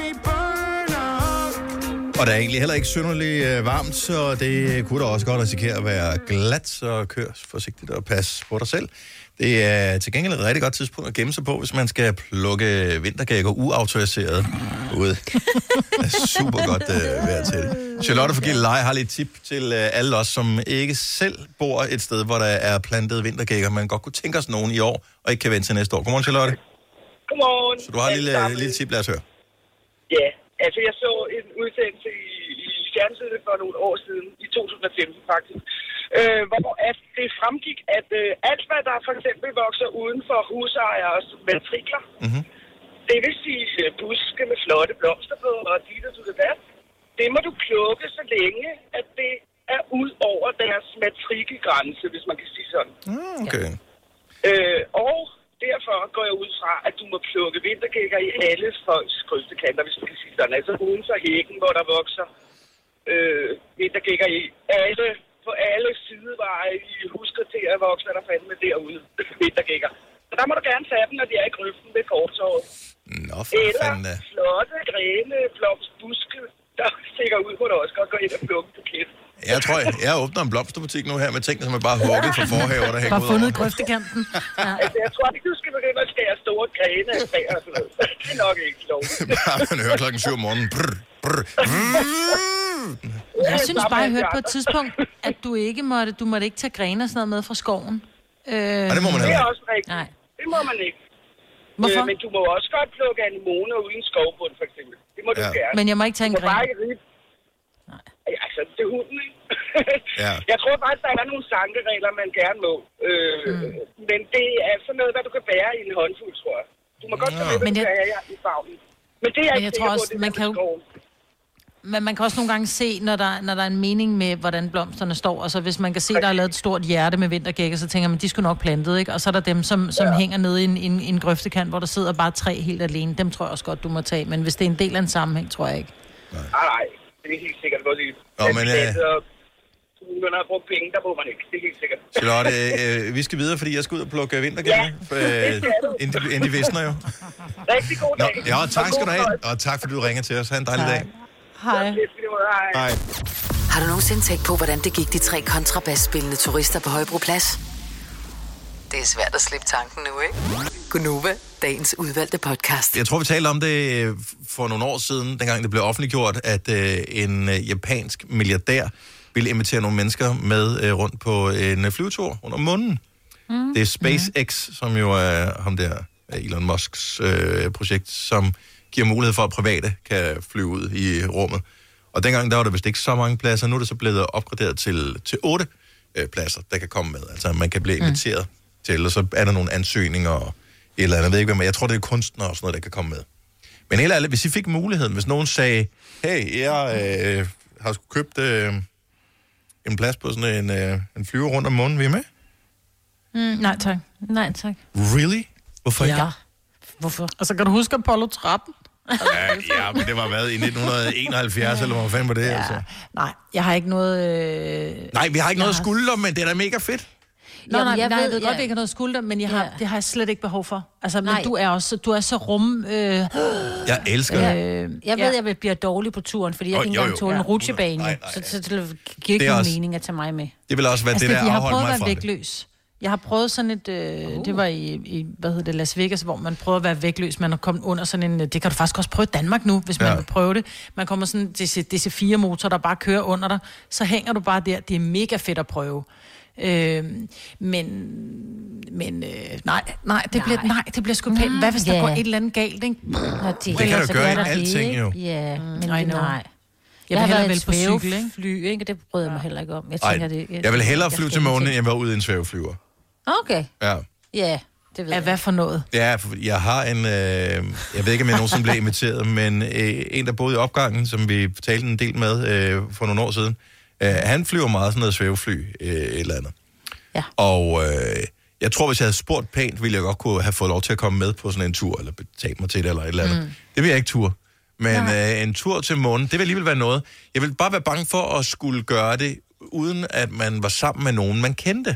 Og der er egentlig heller ikke synderligt øh, varmt, så det kunne da også godt risikere at være glat, så kør forsigtigt og pas på dig selv. Det er til gengæld et rigtig godt tidspunkt at gemme sig på, hvis man skal plukke vintergækker uautoriseret ud. Det er super godt øh, vejr til det. Charlotte fra Gilleleje har lidt tip til øh, alle os, som ikke selv bor et sted, hvor der er plantet vintergækker, man godt kunne tænke os nogen i år, og ikke kan vente til næste år. Godmorgen, Charlotte. Godmorgen. Så du har et lille, lille tip, lad os høre. Ja, altså jeg så en udsendelse i, i fjernsynet for nogle år siden, i to tusind og femten faktisk, øh, hvor at det fremgik, at øh, alt hvad der for eksempel vokser uden for husejeres matrikler, mm-hmm. det vil sige buske med flotte blomster på og dit og det, det må du plukke så længe, at det er ud over deres matrikelgrænse, hvis man kan sige sådan. Mm, okay. Øh, og derfor går jeg ud fra, at du må plukke vintergækker i alle folks grøftekanter, hvis man kan sige sådan. Altså uden for hækken, hvor der vokser øh, vintergækker i alle, på alle sideveje i huskvarteret vokser der fandme derude vintergækker. Så der må du gerne tage dem, når de er i grøften ved fortorvet. Nå, for Eller fanden. flotte, grene, blomstbuske, der stikker ud, hvor du også godt gå ind og plukke buket. Jeg tror, jeg, jeg åbner en blomsterbutik nu her med ting, som er bare hugget fra forhaver, der hænger ud over. Bare fundet grøftekanten. Ja. Altså, jeg tror ikke, du skal begynde at skære store grene af træer og sådan noget. Det er nok ikke lovligt. Bare man hører klokken syv om morgenen. Brr, brr, Jeg synes bare, jeg hørte på et tidspunkt, at du ikke måtte, du måtte ikke tage grene og sådan noget med fra skoven. Øh, og det må man Det heller er ikke. også rigtigt. Nej. Det må man ikke. Hvorfor? Øh, men du må også godt plukke anemoner uden skovbund, for eksempel. Det må ja. du gerne. Men jeg må ikke tage en Du må gren. bare ikke ride. Nej. Ja, altså, det er hunden, ikke? Ja. Jeg tror faktisk, der er nogle sankeregler, man gerne må. Øh, mm. Men det er sådan noget, hvad du kan bære i en håndfuld, tror jeg. Du må godt tage med, hvad Men du jeg- kan have i farven. Men det er Men ikke jeg sikker tror på, også, det man der kan med jo- skoven. Men man kan også nogle gange se, når der, når der er en mening med, hvordan blomsterne står. Altså, hvis man kan se, der er lavet et stort hjerte med vintergækker, så tænker man, de skulle nok plantet, ikke? Og så er der dem, som, som ja. hænger nede i en, en, en grøftekant, hvor der sidder bare tre helt alene. Dem tror jeg også godt, du må tage. Men hvis det er en del af en sammenhæng, tror jeg ikke. Nej, nej. Det er helt sikkert, hvor det Nå, men, øh, Når der har brugt penge, der må man ikke. Det er helt sikkert. Charlotte, øh, vi skal videre, fordi jeg skal ud og plukke vintergækker. Ja, øh, det skal du. inden, de, inden de visner jo. Rigtig god Nå, dag. ja, tak skal du have. Og god Og tak, fordi du ringer til os. Ha' en dejlig dag. Hej. Hej. Har du nogensinde tænkt på, hvordan det gik de tre kontrabasspillende turister på Højbroplads? Det er svært at slippe tanken nu, ikke? Gunova, dagens udvalgte podcast. Jeg tror, vi talte om det øh, for nogle år siden, dengang det blev offentliggjort, at øh, en øh, japansk milliardær ville invitere nogle mennesker med øh, rundt på en øh, flyvetur under månen. Mm. Det er SpaceX, mm. som jo er ham der, Elon Musks øh, projekt, som giver mulighed for, at private kan flyve ud i rummet. Og dengang der var der vist ikke så mange pladser. Nu er det så blevet opgraderet til, til otte øh, pladser, der kan komme med. Altså man kan blive inviteret mm. til, og så er der nogle ansøgninger og et eller andet. Jeg ved ikke, hvad, men jeg tror, det er kunstnere og sådan noget, der kan komme med. Men helt ærligt, hvis I fik muligheden, hvis nogen sagde, hey, jeg øh, har sgu købt øh, en plads på sådan en, øh, en flyver rundt om månen, vi er med? Mm, nej, tak. Nej, tak. Really? Hvorfor ikke? Ja. Hvorfor? Og så kan du huske Apollo tretten? Ja, ja, men det var hvad, i nitten enoghalvfjerds, eller hvor fanden var det, ja. altså? Nej, jeg har ikke noget... Øh... Nej, vi har ikke Jeg noget har- skulder, men det er da mega fedt. Nå, nej, jeg jeg, nej, ved- jeg ved godt, ja. vi ikke har noget skulder, men jeg har, Ja. det har jeg slet ikke behov for. Altså, men Nej. du er også du er så rum... Øh, Jeg elsker det. øh, Jeg ved, at jeg bliver dårlig på turen, fordi jeg Åh, kan ikke jo, engang jo. tåle en Ja. rutsjebane. Nej, Så, så det giver Det ikke er nogen også- mening at tage mig med. Det vil også være altså, det, der jeg har afholdt prøvet at mig være fra det. vægtløs. Jeg har prøvet sådan et, øh, uh. det var i, i, hvad hedder det, Las Vegas, hvor man prøver at være vægtløs. Man er kommet under sådan en, det kan du faktisk også prøve i Danmark nu, hvis man Ja. vil prøve det. Man kommer sådan, D C fire motor, der bare kører under dig, så hænger du bare der. Det er mega fedt at prøve. Øh, men, men øh, nej, nej, det bliver, nej, det bliver sgu pænt. Hvad hvis der Ja. går et eller andet galt, ikke? Nå, det, Det kan ellers du så gøre i gør der alting, det, jo. ikke? Ja, men I det, know. nej. Jeg Jeg vil har hellere været vælge på cykel, ikke? fly, ikke? Det bryder jeg mig heller ikke om. Jeg Ej, tænker, det, jeg vil hellere jeg flyve skal til månen, end ingenting. jeg var ude i en svæveflyver. Okay, Ja. ja, det ved Ja, jeg. hvad for noget? Ja, for jeg har en... Øh, jeg ved ikke, om jeg nogensinde blev inviteret, men øh, en, der boede i opgangen, som vi talte en del med øh, for nogle år siden, øh, han flyver meget sådan noget svævefly, øh, et eller andet. Ja. Og øh, jeg tror, hvis jeg havde spurgt pænt, ville jeg godt kunne have fået lov til at komme med på sådan en tur, eller betale mig til det, eller et eller andet. Mm. Det vil jeg ikke tur. Men øh, en tur til månen, det vil alligevel være noget. Jeg vil bare være bange for at skulle gøre det, uden at man var sammen med nogen, man kendte.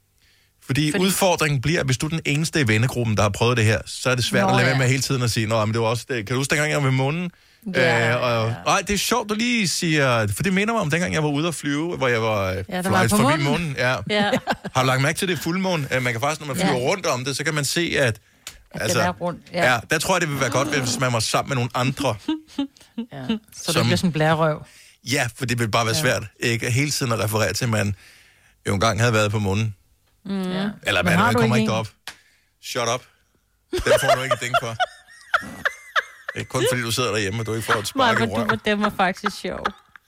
Fordi, Fordi udfordringen bliver, at hvis du er den eneste i vennegruppen, der har prøvet det her, så er det svært Nå, at lade ja. være med hele tiden at sige, nå, men det var også det. Kan du huske, dengang jeg var ved månen? Ja, øh, og, nej, det er sjovt, du lige siger, for det minder mig om, dengang jeg var ude at flyve, hvor jeg var øh, Ja, der ja, var fløjt på forbi månen. månen. Ja. Ja, Har du lagt mærke til det fuldmåne? Øh, Man kan faktisk, når man flyver Ja. rundt om det, så kan man se, at... altså, det er rundt. ja. Ja. ja, der tror jeg, det vil være godt, hvis man var sammen med nogle andre. Ja. Så Som- det bliver sådan en blærerøv. Ja, for det vil bare være svært, ikke hele tiden at referere til, at man jo engang havde været på månen. Mm. Ja. Eller Men man, har man du kommer ikke ikke en? op. Shut up. Den får du ikke et ding for. Ikke kun fordi du sidder derhjemme, og du ikke får et spark i Maja, du røven. var dem var faktisk sjov.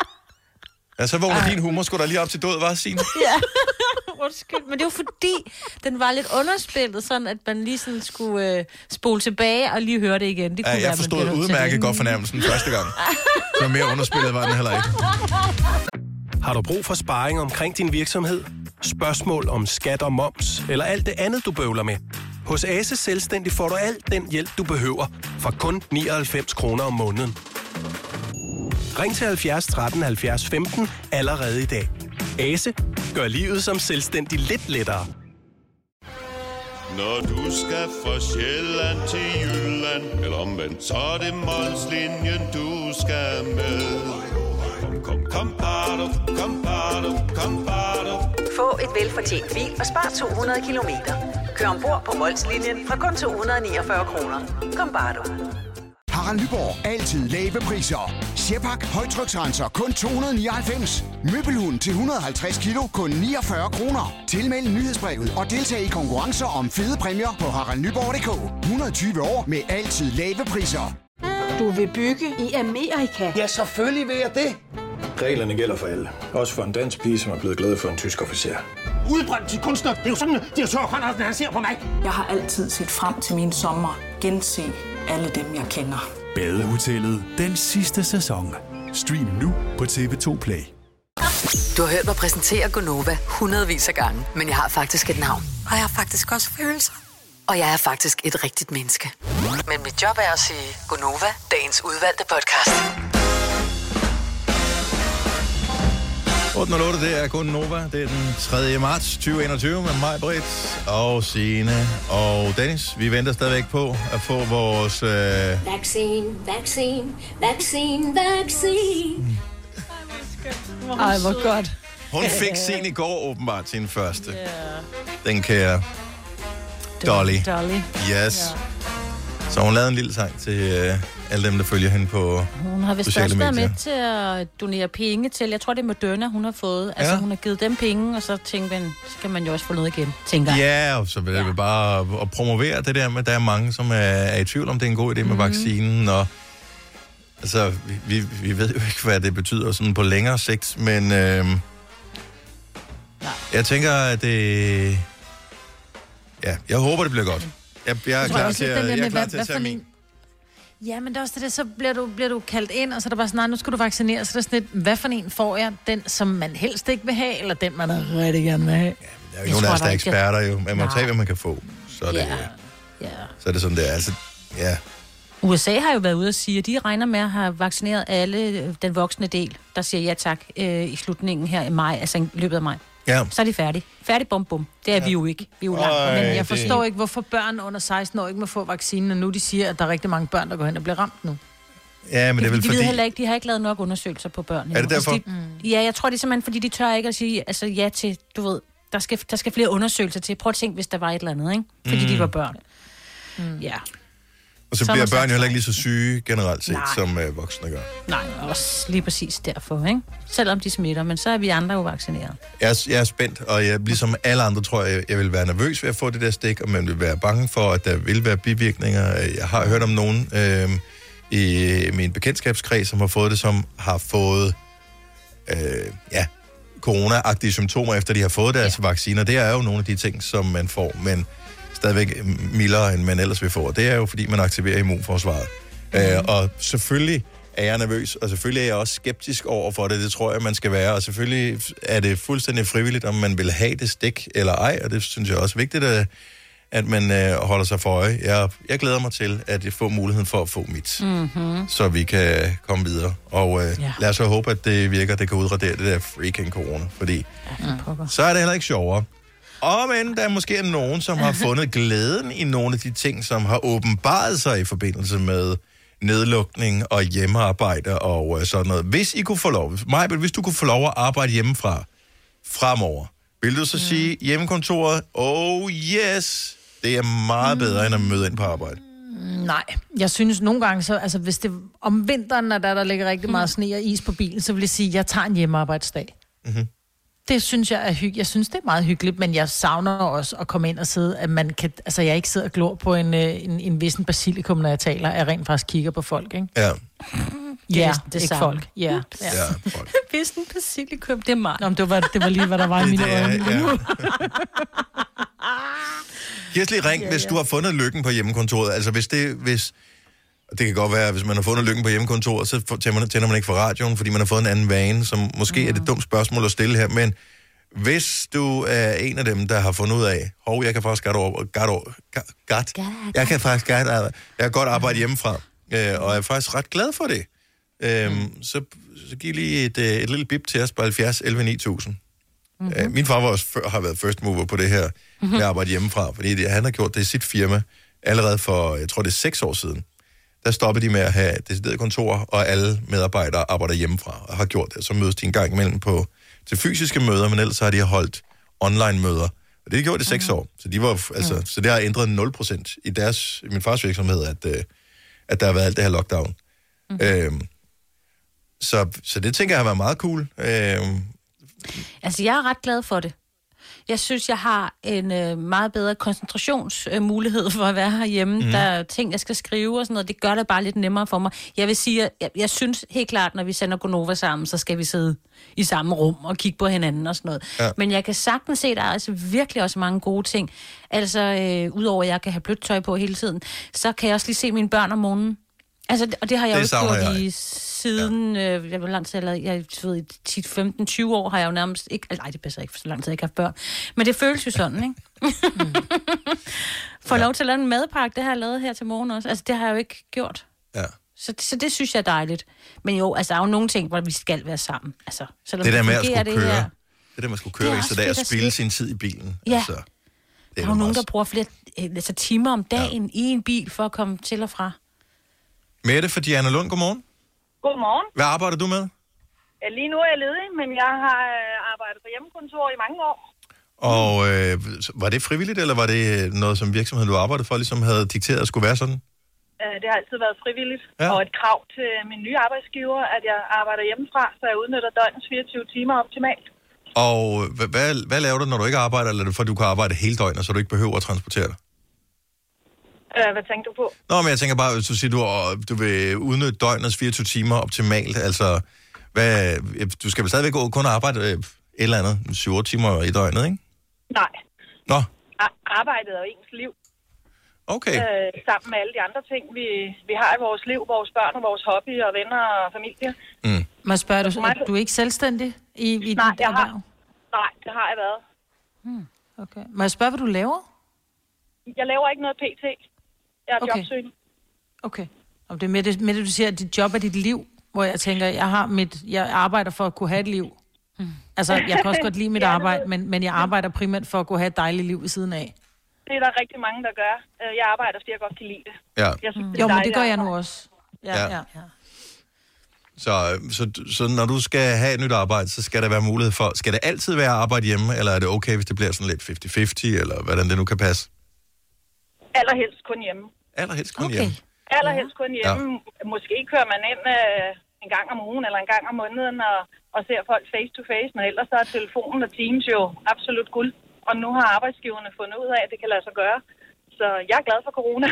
Ja, så vågner din humor sgu da lige op til død, var Signe? Ja, undskyld. Men det var fordi, den var lidt underspillet, sådan at man lige sådan skulle øh, spole tilbage og lige høre det igen. Det kunne Ja, være, jeg man forstod bliver nødt til udmærket det. godt fornærmelsen første gang. Så mere underspillet var den heller ikke. Har du brug for sparring omkring din virksomhed? Spørgsmål om skat og moms, eller alt det andet, du bøvler med? Hos Ase Selvstændig får du alt den hjælp, du behøver, for kun nioghalvfems kroner om måneden. Ring til halvfjerds tretten halvfjerds femten allerede i dag. Ase gør livet som selvstændig lidt lettere. Når du skal fra Sjælland til Jylland, eller omvendt, så er det Molslinjen, du skal med. Kom, kom, kom, bado, kom, bado, kom, bado. Få et velfortjent bil og spar to hundrede kilometer. Kør ombord på Molslinjen fra kun to hundrede niogfyrre kroner. Kom, bado. Harald Nyborg. Altid lave priser. Sjehpak højtryksrenser kun to hundrede nioghalvfems. Møbelhund til et hundrede og halvtreds kilo kun niogfyrre kroner. Tilmeld nyhedsbrevet og deltag i konkurrencer om fede præmier på harald nyborg punktum d k. et hundrede og tyve år med altid lave priser. Du vil bygge i Amerika? Ja, selvfølgelig vil jeg det. Reglerne gælder for alle. Også for en dansk pige, som er blevet glad for en tysk officer. Udbrændt til kunstner. Det er jo sådan, at de har tørt, han ser på mig. Jeg har altid set frem til min sommer. Gense alle dem, jeg kender. Badehotellet den sidste sæson. Stream nu på T V to Play. Du har hørt mig præsentere Gonova hundredvis af gange, men jeg har faktisk et navn. Og jeg har faktisk også følelser. Og jeg er faktisk et rigtigt menneske. Men mit job er at sige Gonova, dagens udvalgte podcast. otte nul otte, det er kun Nova. Det er den tredje marts tyve enogtyve med mig, Britt, og Signe og Dennis. Vi venter stadigvæk på at få vores... Øh... Vaccine, vaccine, vaccine, vaccine. Ej, hvor godt. Hun fik sin i går åbenbart, sin første. Yeah. Den kære Dolly. Dolly. Yes. Yeah. Så hun lavede en lille sang til øh, alle dem, der følger hende på Hun har vist sociale også været medier. med til at donere penge til, jeg tror det er Moderna, hun har fået. Altså Ja. hun har givet dem penge, og så tænker man, så kan man jo også få noget igen, tænker jeg. Ja, og så vil jeg ja. bare at, at promovere det der med, at der er mange, som er, er i tvivl om, det er en god idé med mm. vaccinen, og altså, vi, vi, vi ved jo ikke, hvad det betyder sådan på længere sigt, men øh, jeg tænker, at det... Ja, jeg håber, det bliver godt. Jeg, jeg er klar til at, jeg er klar til at tage min. Ja, men det er også det der, så bliver du, bliver du kaldt ind, og så er der bare sådan, nej, nu skal du vaccinere, så er der sådan lidt, hvad for en får jeg? Den, som man helst ikke vil have, eller den, man rigtig gerne vil have? Der er jo nogle af os, der er eksperter jo. Man må Nej. tage, hvad man kan få. Så er det, Ja. Ja. så er det sådan, det er. Altså, ja. U S A har jo været ude at sige, at de regner med at have vaccineret alle den voksne del, der siger ja tak øh, i slutningen her i maj, altså i løbet af maj. Ja. Så er de færdige. Færdig, bum, bum. Det er ja. vi jo ikke. Vi er jo langt. Øj, Men jeg det- forstår ikke, hvorfor børn under seksten år ikke må få vaccinen, og nu de siger, at der er rigtig mange børn, der går hen og bliver ramt nu. Ja, men det er vel de fordi... ved heller ikke, de har ikke lavet nok undersøgelser på børn. Er det derfor? Altså, de, ja, jeg tror, det er simpelthen, fordi de tør ikke at sige altså, ja til, du ved, der skal, der skal flere undersøgelser til. Prøv at tænke, hvis der var et eller andet, ikke? Fordi Mm. de var børn. Mm. Ja. Og så Så er bliver man børn sagt jo heller ikke lige så syge generelt set, Nej. som øh, voksne gør. Nej, også lige præcis derfor, ikke? Selvom de smitter, men så er vi andre jo vaccineret. Jeg er, jeg er spændt, og jeg, ligesom alle andre tror jeg, jeg vil være nervøs ved at få det der stik, og man vil være bange for, at der vil være bivirkninger. Jeg har hørt om nogen øh, i min bekendtskabskreds, som har fået det, som har fået øh, ja, corona-agtige symptomer, efter de har fået deres ja. vacciner. Det er jo nogle af de ting, som man får, men stadigvæk mildere, end man ellers vil få. Og det er jo, fordi man aktiverer immunforsvaret. Mm. Øh, og selvfølgelig er jeg nervøs, og selvfølgelig er jeg også skeptisk over for det. Det tror jeg, man skal være. Og selvfølgelig er det fuldstændig frivilligt, om man vil have det stik eller ej. Og det synes jeg også er vigtigt, at, at man øh, holder sig for øje. Jeg, jeg glæder mig til, at jeg får muligheden for at få mit. Mm-hmm. Så vi kan komme videre. Og øh, Ja. lad os så håbe, at det virker, det kan udradere det der freaking corona. Fordi Mm. så er det heller ikke sjovere. Og men der er måske nogen, som har fundet glæden i nogle af de ting, som har åbenbaret sig i forbindelse med nedlukning og hjemmearbejde og øh, sådan noget. Hvis I kunne få lov, Majbel, hvis du kunne få lov at arbejde hjemmefra fremover, vil du så mm. sige hjemmekontoret, oh yes, det er meget bedre, end at møde ind på arbejde? Nej, jeg synes nogle gange, så, altså hvis det om vinteren, når der, der ligger rigtig meget sne og is på bilen, så vil jeg sige, at jeg tager en hjemmearbejdsdag. Mm-hmm. Det synes jeg er hyggeligt. Jeg synes, det er meget hyggeligt, men jeg savner også at komme ind og sidde, at man kan, altså jeg ikke sidder og glor på en, en, en vissen basilikum, når jeg taler, jeg rent faktisk kigger på folk, ikke? Ja. Ja, det ikke samme. folk. Ja, ja. Ja, folk. Hvis en basilikum, det er mig. Nå, men det var, det var lige, hvad der var i mine Det er- øjne. ja. Giv os lige ring, ja, hvis ja. du har fundet lykken på hjemmekontoret. Altså hvis det, hvis, Og det kan godt være, at hvis man har fundet lykken på hjemmekontoret, så tænder man ikke for radioen, fordi man har fået en anden vane, som måske mm. er det et dumt spørgsmål at stille her, men hvis du er en af dem, der har fundet ud af, hov, jeg kan faktisk godt over, godt, godt, godt, jeg kan faktisk godt, jeg kan godt arbejde hjemmefra, øh, og jeg er faktisk ret glad for det. Øhm, mm. så, så giv lige et, et lille bip til os på halvfjerds elleve ni tusind. Mm-hmm. Øh, min far var også, har været first mover på det her mm-hmm. med at arbejde hjemmefra, fordi det, han har gjort det i sit firma allerede for, jeg tror det er seks år siden. Der stoppede de med at have decideret kontor, og alle medarbejdere arbejder hjemmefra og har gjort det. Så mødes de en gang imellem på til fysiske møder, men ellers har de holdt online-møder. Og det har de gjort i seks år. Så, de var, altså, mm. så det har ændret nul procent i, deres, i min fars virksomhed, at, at der har været alt det her lockdown. Mm. Øhm, så, så det tænker jeg har været meget cool. Øhm, altså, jeg er ret glad for det. Jeg synes, jeg har en øh, meget bedre koncentrationsmulighed øh, for at være herhjemme. Mm. Der er ting, jeg skal skrive og sådan noget. Det gør det bare lidt nemmere for mig. Jeg vil sige, jeg, jeg synes helt klart, når vi sender Gonova sammen, så skal vi sidde i samme rum og kigge på hinanden og sådan noget. Ja. Men jeg kan sagtens se, at der er altså virkelig også mange gode ting. Altså, øh, udover at jeg kan have blødt tøj på hele tiden, så kan jeg også lige se mine børn om morgenen. Altså, og det har jeg det jo gjort jeg. i siden, ja. øh, jeg var langt eller jeg ved, i ti femten tyve år har jeg jo nærmest ikke, nej, det passer ikke, for så lang tid jeg ikke har haft børn, men det føles jo sådan, ikke? mm. Få ja. lov til at lave en madpakke, det har jeg lavet her til morgen også, altså det har jeg jo ikke gjort. Ja. Så, så det synes jeg er dejligt. Men jo, altså der er jo nogle ting, hvor vi skal være sammen. Altså, så det der med at skulle det køre, her, det der med at skulle køre, så der at spille sin tid i bilen. Ja. Altså, det der er jo nogen, der bruger flere altså, timer om dagen ja. i en bil for at komme til og fra. Mette fra Diana Lund, godmorgen. Godmorgen. Hvad arbejder du med? Ja, lige nu er jeg ledig, men jeg har arbejdet på hjemmekontor i mange år. Og øh, var det frivilligt, eller var det noget, som virksomheden, du arbejdede for, ligesom havde dikteret at skulle være sådan? Det har altid været frivilligt, ja. og et krav til min nye arbejdsgiver, at jeg arbejder hjemmefra, så jeg udnytter døgnets fireogtyve timer optimalt. Og hvad, hvad, hvad laver du, når du ikke arbejder, eller er det for, at du kan arbejde hele døgnet, så du ikke behøver at transportere dig? Hvad tænker du på? Nå, men jeg tænker bare, hvis du siger, du, du vil udnytte døgnets fireogtyve timer optimalt, altså, hvad, du skal vel stadigvæk kun arbejde et eller andet syv otte timer i døgnet, ikke? Nej. Nå. Ar- arbejdet er jo ens liv. Okay. Øh, sammen med alle de andre ting, vi, vi har i vores liv, vores børn og vores hobby og venner og familie. Mm. Må jeg spørge, du, du er ikke selvstændig i, i nej, dit jeg erhverv? har, nej, det har jeg været. Hmm. Okay. Må jeg spørge, hvad du laver? Jeg laver ikke noget P T. Jeg er okay. jobsøgende. Okay. Og det er med det, med det, du siger, at dit job er dit liv, hvor jeg tænker, jeg har mit, jeg arbejder for at kunne have et liv. Mm. Altså, jeg kan også godt lide mit ja, arbejde, men, men jeg arbejder primært for at kunne have et dejligt liv ved siden af. Det er der rigtig mange, der gør. Jeg arbejder, fordi jeg godt kan lide det. Ja. Jeg synes, mm. det jo, men det gør jeg nu også. Ja, ja. ja. ja. Så, så, så når du skal have et nyt arbejde, så skal der være mulighed for, skal det altid være arbejde hjemme, eller er det okay, hvis det bliver sådan lidt halvtreds halvtreds, eller hvordan det nu kan passe? Allerhelst kun hjemme. Allerhelst kun okay. hjemme? Allerhelst kun hjemme. Ja. Måske kører man ind øh, en gang om ugen, eller en gang om måneden, og, og ser folk face to face, men ellers så er telefonen og Teams jo absolut guld. Og nu har arbejdsgiverne fundet ud af, at det kan lade sig gøre. Så jeg er glad for corona.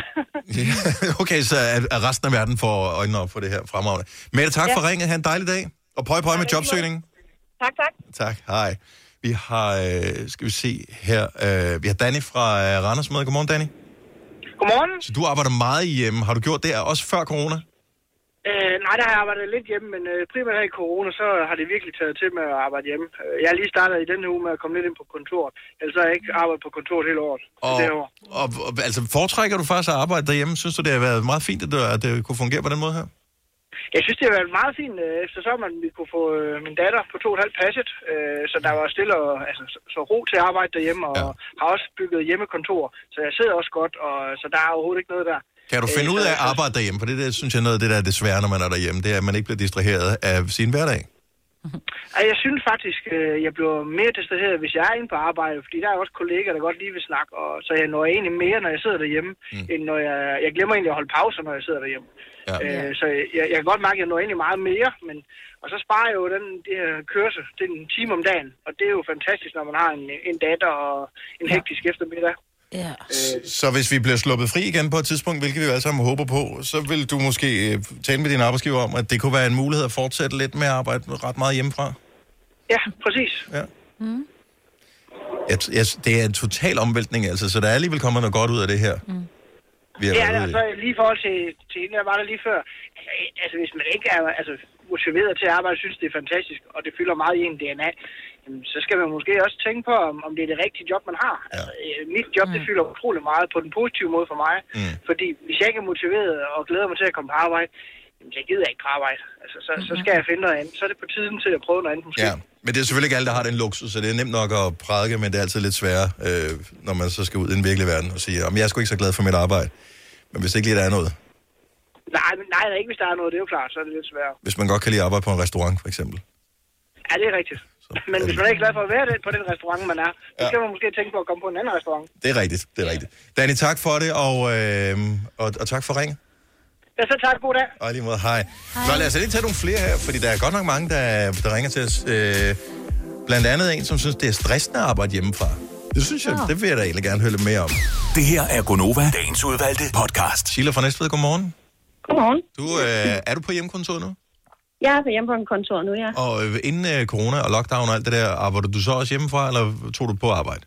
Okay, så er resten af verden får øjnene op for det her fremragende. Mette, tak ja. for ringet. Ha' en dejlig dag. Og pøj pøj med jobsøgningen. Tak, tak. Tak, hej. Vi har, øh, skal vi se her, øh, vi har Danny fra øh, Randers med. Godmorgen, Danny. Godmorgen. Så du arbejder meget hjemme. Har du gjort det også før corona? Øh, nej, der har jeg arbejdet lidt hjemme, men øh, primært her i corona, så har det virkelig taget til med at arbejde hjemme. Jeg har lige startet i denne uge med at komme lidt ind på kontoret. Ellers har jeg ikke arbejdet på kontoret hele året. Og, det år. Og, og altså, foretrækker du faktisk at arbejde derhjemme? Synes du, det har været meget fint, at det, at det kunne fungere på den måde her? Jeg synes, det har været meget fint, eftersom man vi kunne få øh, min datter på to og et halvt passet, øh, så der var stille og altså, så, så ro til at arbejde derhjemme, og ja. har også bygget hjemmekontor, så jeg sidder også godt, og så der er overhovedet ikke noget der. Kan du finde øh, ud af at arbejde derhjemme? For det der, synes jeg, noget af det, der er det svære, når man er derhjemme, det er, at man ikke bliver distraheret af sin hverdag. Altså, jeg synes faktisk, jeg bliver mere distraheret, hvis jeg er inde på arbejde, fordi der er også kolleger, der godt lige vil snakke, og så jeg når egentlig mere, når jeg sidder derhjemme, mm. end når jeg, jeg glemmer egentlig at holde pauser, når jeg sidder derhjemme. Ja. Øh, så jeg, jeg kan godt mærke, at jeg når egentlig meget mere, men, og så sparer jeg jo den det her kørsel, det er en time om dagen, og det er jo fantastisk, når man har en, en datter og en hektisk ja. eftermiddag. Ja. Øh, så hvis vi bliver sluppet fri igen på et tidspunkt, hvilket vi jo alle sammen håber på, så vil du måske tale med din arbejdsgiver om, at det kunne være en mulighed at fortsætte lidt med at arbejde ret meget hjemmefra? Ja, præcis. Ja. Mm. Jeg, jeg, det er en total omvæltning, altså, så der er alligevel kommet noget godt ud af det her. Mm. vi har Ja, været altså lige i forhold til, til hende, der var der lige før. Altså, hvis man ikke er altså, motiveret til at arbejde, synes det er fantastisk, og det fylder meget i en D N A, jamen, så skal man måske også tænke på, om, om det er det rigtige job, man har. Ja. Altså, mit job, det fylder utrolig meget på den positive måde for mig, mm. fordi hvis jeg ikke er motiveret og glæder mig til at komme på arbejde, jamen, så gider jeg ikke på arbejde. Altså, så, så skal jeg finde noget andet. Så er det på tiden til at prøve noget andet måske. Ja, men det er selvfølgelig ikke alle, der har den luksus, så det er nemt nok at prædike, men det er altid lidt sværere, øh, når man så skal ud i den virkelige verden og sige, om jeg er sgu ikke så glad for mit arbejde. Men hvis ikke lige der er noget. Nej, men nej, ikke hvis der er noget, det er jo klart, så er det lidt sværere. Hvis man godt kan lide at arbejde på en restaurant, for eksempel. Ja, det er rigtigt. Så, men hvis man er ikke glad for at være det på den restaurant, man er, så ja. skal man måske tænke på at komme på en anden restaurant. Det er rigtigt, det er rigtigt. Danny, tak for det, og, øh, og, og tak for ringen. Ja, så tak. God dag. Og lige måde, hej. hej. Så lad os lige tage nogle flere her, fordi der er godt nok mange, der, der ringer til os. Øh, blandt andet en, som synes, det er stressende at arbejde hjemmefra. Det synes jeg, ja. det vil jeg da egentlig gerne høre lidt mere om. Det her er Gonova, dagens udvalgte podcast. Sheila fra Næstved, godmorgen. Godmorgen. Du, øh, er du på hjemmekontor nu? Jeg er på hjemmekontor nu, ja. Og øh, inden øh, corona og lockdown og alt det der, arbejder du så også hjemmefra, eller tog du på arbejde?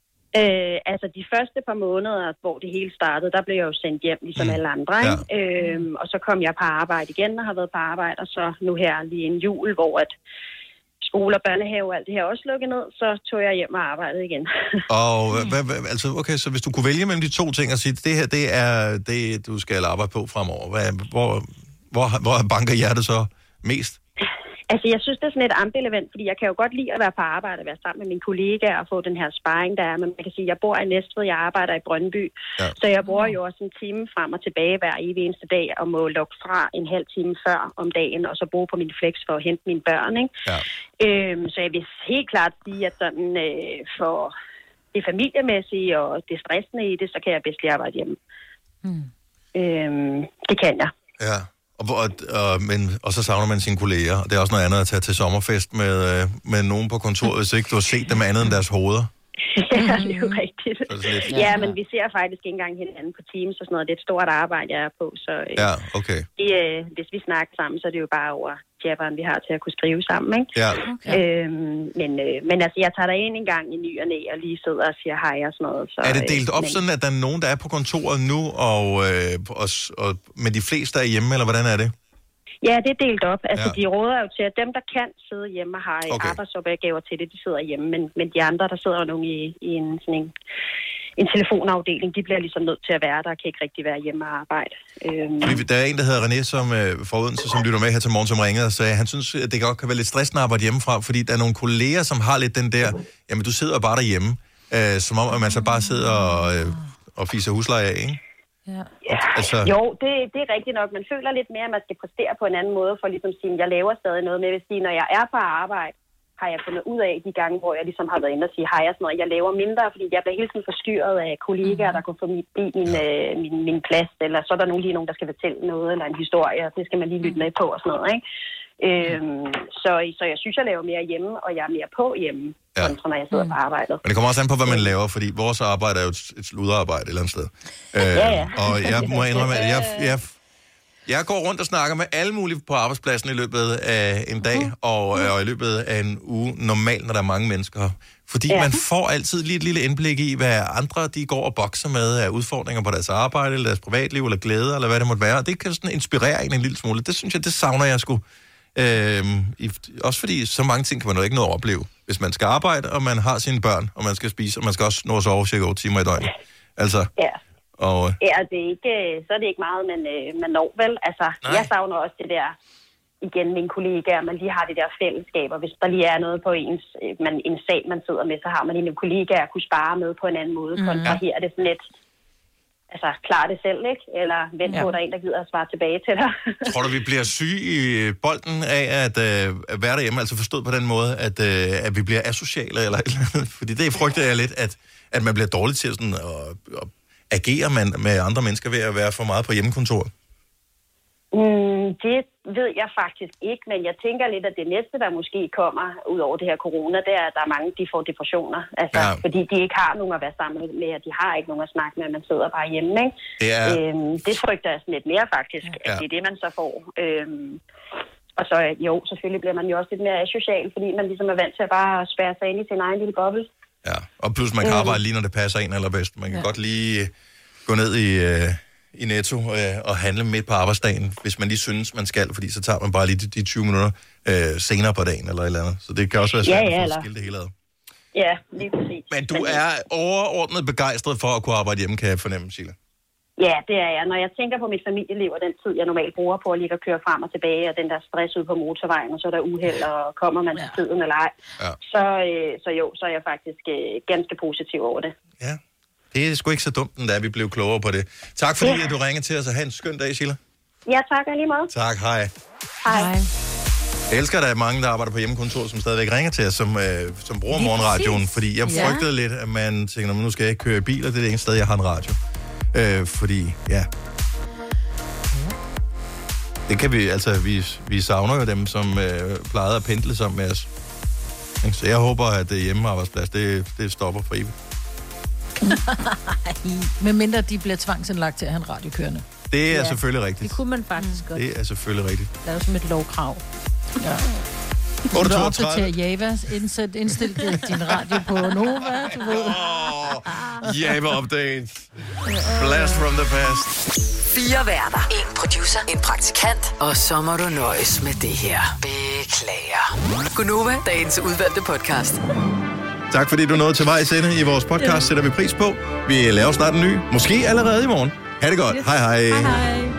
Øh, altså de første par måneder, hvor det hele startede, der blev jeg jo sendt hjem, ligesom mm. alle andre, ikke? Ja. Øhm, og så kom jeg på arbejde igen og har været på arbejde, og så nu her lige en jul, hvor at skole og børnehave og alt det her også lukket ned, så tog jeg hjem og arbejdede igen. Og hvad, hvad, altså, okay, så hvis du kunne vælge mellem de to ting og sige, det her, det er det, du skal arbejde på fremover, hvad, hvor, hvor, hvor banker hjertet så mest? Altså, jeg synes, det er sådan et ambivalent, fordi jeg kan jo godt lide at være på arbejde og være sammen med mine kollegaer og få den her sparring, der er. Men man kan sige, at jeg bor i Næstved, jeg arbejder i Brøndby, ja. Så jeg bruger jo også en time frem og tilbage hver evig eneste dag og må lukke fra en halv time før om dagen, og så bruge på min flex for at hente mine børn, ikke? Ja. Øhm, så jeg vil helt klart sige, at sådan, øh, for det familiemæssige og det stressende i det, så kan jeg bedst lige arbejde hjemme. Mm. Øhm, det kan jeg. Ja. Og, og, og, men, og så savner man sine kolleger. Og det er også noget andet at tage til sommerfest med, med nogen på kontoret, hvis ikke du har set dem andet end deres hoveder. Ja, det er jo rigtigt. Lidt... Ja, men vi ser faktisk ikke engang hinanden på Teams og sådan noget. Det er et stort arbejde, jeg er på. Så, øh, ja, okay. Det, øh, hvis vi snakker sammen, så er det jo bare over chatteren, vi har til at kunne skrive sammen, ikke? Ja. Okay. Øhm, men, øh, men altså, jeg tager dig ind en gang i ny og næ og lige sidder og siger hej og sådan noget. Så, er det delt op øh, men... sådan, at der er nogen, der er på kontoret nu, og, øh, og, og med de fleste er hjemme, eller hvordan er det? Ja, det er delt op. Altså, ja. de råder jo til, at dem, der kan sidde hjemme og har okay. arbejdsopgaver til det, de sidder hjemme. Men, men de andre, der sidder jo nogle i, i en, sådan en, en telefonafdeling, de bliver ligesom nødt til at være der og kan ikke rigtig være hjemme og arbejde. Øhm. Der er en, der hedder René, som øh, fra Odense, som lytter med her til morgen, som ringede og sagde, han synes, at det godt kan være lidt stressende at arbejde hjemmefra, fordi der er nogle kolleger, som har lidt den der, jamen du sidder bare derhjemme, øh, som om at man så bare sidder og, øh, og fiser husleje af, ikke? Ja. Ja. Altså... Jo, det, det er rigtigt nok. Man føler lidt mere, at man skal præstere på en anden måde, for ligesom at sige, at jeg laver stadig noget med. Jeg vil sige, når jeg er på arbejde, har jeg fundet ud af de gange, hvor jeg ligesom har været inde og sige hej og sådan noget. Jeg laver mindre, fordi jeg bliver hele tiden forstyrret af kollegaer, der går forbi min, øh, min, min plads, eller så er der nu lige nogen, der skal fortælle noget, eller en historie, og det skal man lige lytte med på og sådan noget, ikke? Øhm, så, så jeg synes, jeg laver mere hjemme, og jeg er mere på hjemme, ja. Kontra når jeg sidder på arbejdet. Men det kommer også an på, hvad man laver, fordi vores arbejde er jo et, et sludderarbejde et eller andet sted. Øh, ja, ja. Og jeg må indrømme, at jeg, jeg, jeg går rundt og snakker med alle mulige på arbejdspladsen i løbet af en dag, og, og i løbet af en uge, normalt, når der er mange mennesker. Fordi ja. Man får altid lige et lille indblik i, hvad andre de går og bokser med af udfordringer på deres arbejde, eller deres privatliv, eller glæder, eller hvad det måtte være. Og det kan sådan inspirere en en lille smule. Det synes jeg, det savner jeg sgu. Øhm, i, også fordi så mange ting kan man jo ikke nå at opleve. Hvis man skal arbejde, og man har sine børn, og man skal spise, og man skal også nå at sove cirka otte timer i døgnet. Altså, ja. Og, ja, det er ikke, så er det ikke meget, men øh, man når vel. Altså, nej. Jeg savner også det der, igen mine kollegaer, man lige har det der fællesskaber. Hvis der lige er noget på ens, man, en sag, man sidder med, så har man en kollegaer at kunne spare med på en anden måde. Mm. Kontra her er det sådan lidt, altså, klar det selv, ikke? Eller vent på, ja. Der er en, der gider at svare tilbage til dig. Tror du, vi bliver syge i bolden af at, øh, at være derhjemme? Altså forstået på den måde, at, øh, at vi bliver asociale eller et eller andet? Fordi det frygter jeg lidt, at, at man bliver dårlig til sådan at, at agere man med andre mennesker ved at være for meget på hjemmekontor. Mm, det ved jeg faktisk ikke, men jeg tænker lidt, at det næste, der måske kommer ud over det her corona, det er, at der er mange, de får depressioner. Altså, ja. Fordi de ikke har nogen at være sammen med, og de har ikke nogen at snakke med, man sidder bare hjemme, ikke? Det, er... øhm, det frygter jeg sådan lidt mere, faktisk, ja. At det er det, man så får. Øhm, og så jo, selvfølgelig bliver man jo også lidt mere asocial, fordi man ligesom er vant til at bare spærre sig ind i sin egen lille boble. Ja, og plus man kan arbejde lige, når det passer en allerbedst. Man kan ja. Godt lige gå ned i... Øh... i Netto øh, og handle midt på arbejdsdagen, hvis man lige synes, man skal, fordi så tager man bare lige de, de tyve minutter øh, senere på dagen eller et eller andet. Så det kan også være svært Ja, ja, at få eller- skilt det hele ad. Ja, lige præcis. Men du er overordnet begejstret for at kunne arbejde hjemme, kan jeg fornemme, Sheila. Ja, det er jeg. Når jeg tænker på mit familieliv og den tid, jeg normalt bruger på at ligge og køre frem og tilbage, og den der stress ud på motorvejen, og så er der uheld, og kommer man til tiden eller ej, ja. så, øh, så jo, så er jeg faktisk øh, ganske positiv over det. Ja, det er sgu ikke så dumt, den der vi blev klogere på det. Tak fordi, Ja. at du ringer til os, og have en skøn dag, Sheila. Ja, tak og lige måde. Tak, hej. Hej. Jeg elsker, at der er mange, der arbejder på hjemmekontor, som stadigvæk ringer til os, som, øh, som bruger Lige morgenradioen, præcis. fordi jeg Ja. frygtede lidt, at man tænker, nu skal jeg ikke køre i bil, og det er det eneste sted, jeg har en radio. Øh, fordi, ja... Det kan vi, altså, vi, vi savner jo dem, som øh, plejede at pendle sammen med os. Ikke? Så jeg håber, at det hjemmearbejdsplads, det, det stopper for evigt. Med mindre de bliver tvangsindlagt til at have en radiokørende. Det er Ja, selvfølgelig rigtigt. Det kunne man faktisk godt. Det er selvfølgelig rigtigt. Lave som et lovkrav. Ja. otte Du toogtredive opdaterer Java, indsæt, indstil din radio på Nova, du ved. Java Update. Blast from the past. Fire værter. En producer. En praktikant. Og så må du nøjes med det her. Beklager. Gunova, dagens udvalgte podcast. Tak fordi du nåede til vejs ende i vores podcast, sætter vi pris på. Vi laver snart en ny, måske allerede i morgen. Ha' det godt. Hej hej. Hej hej.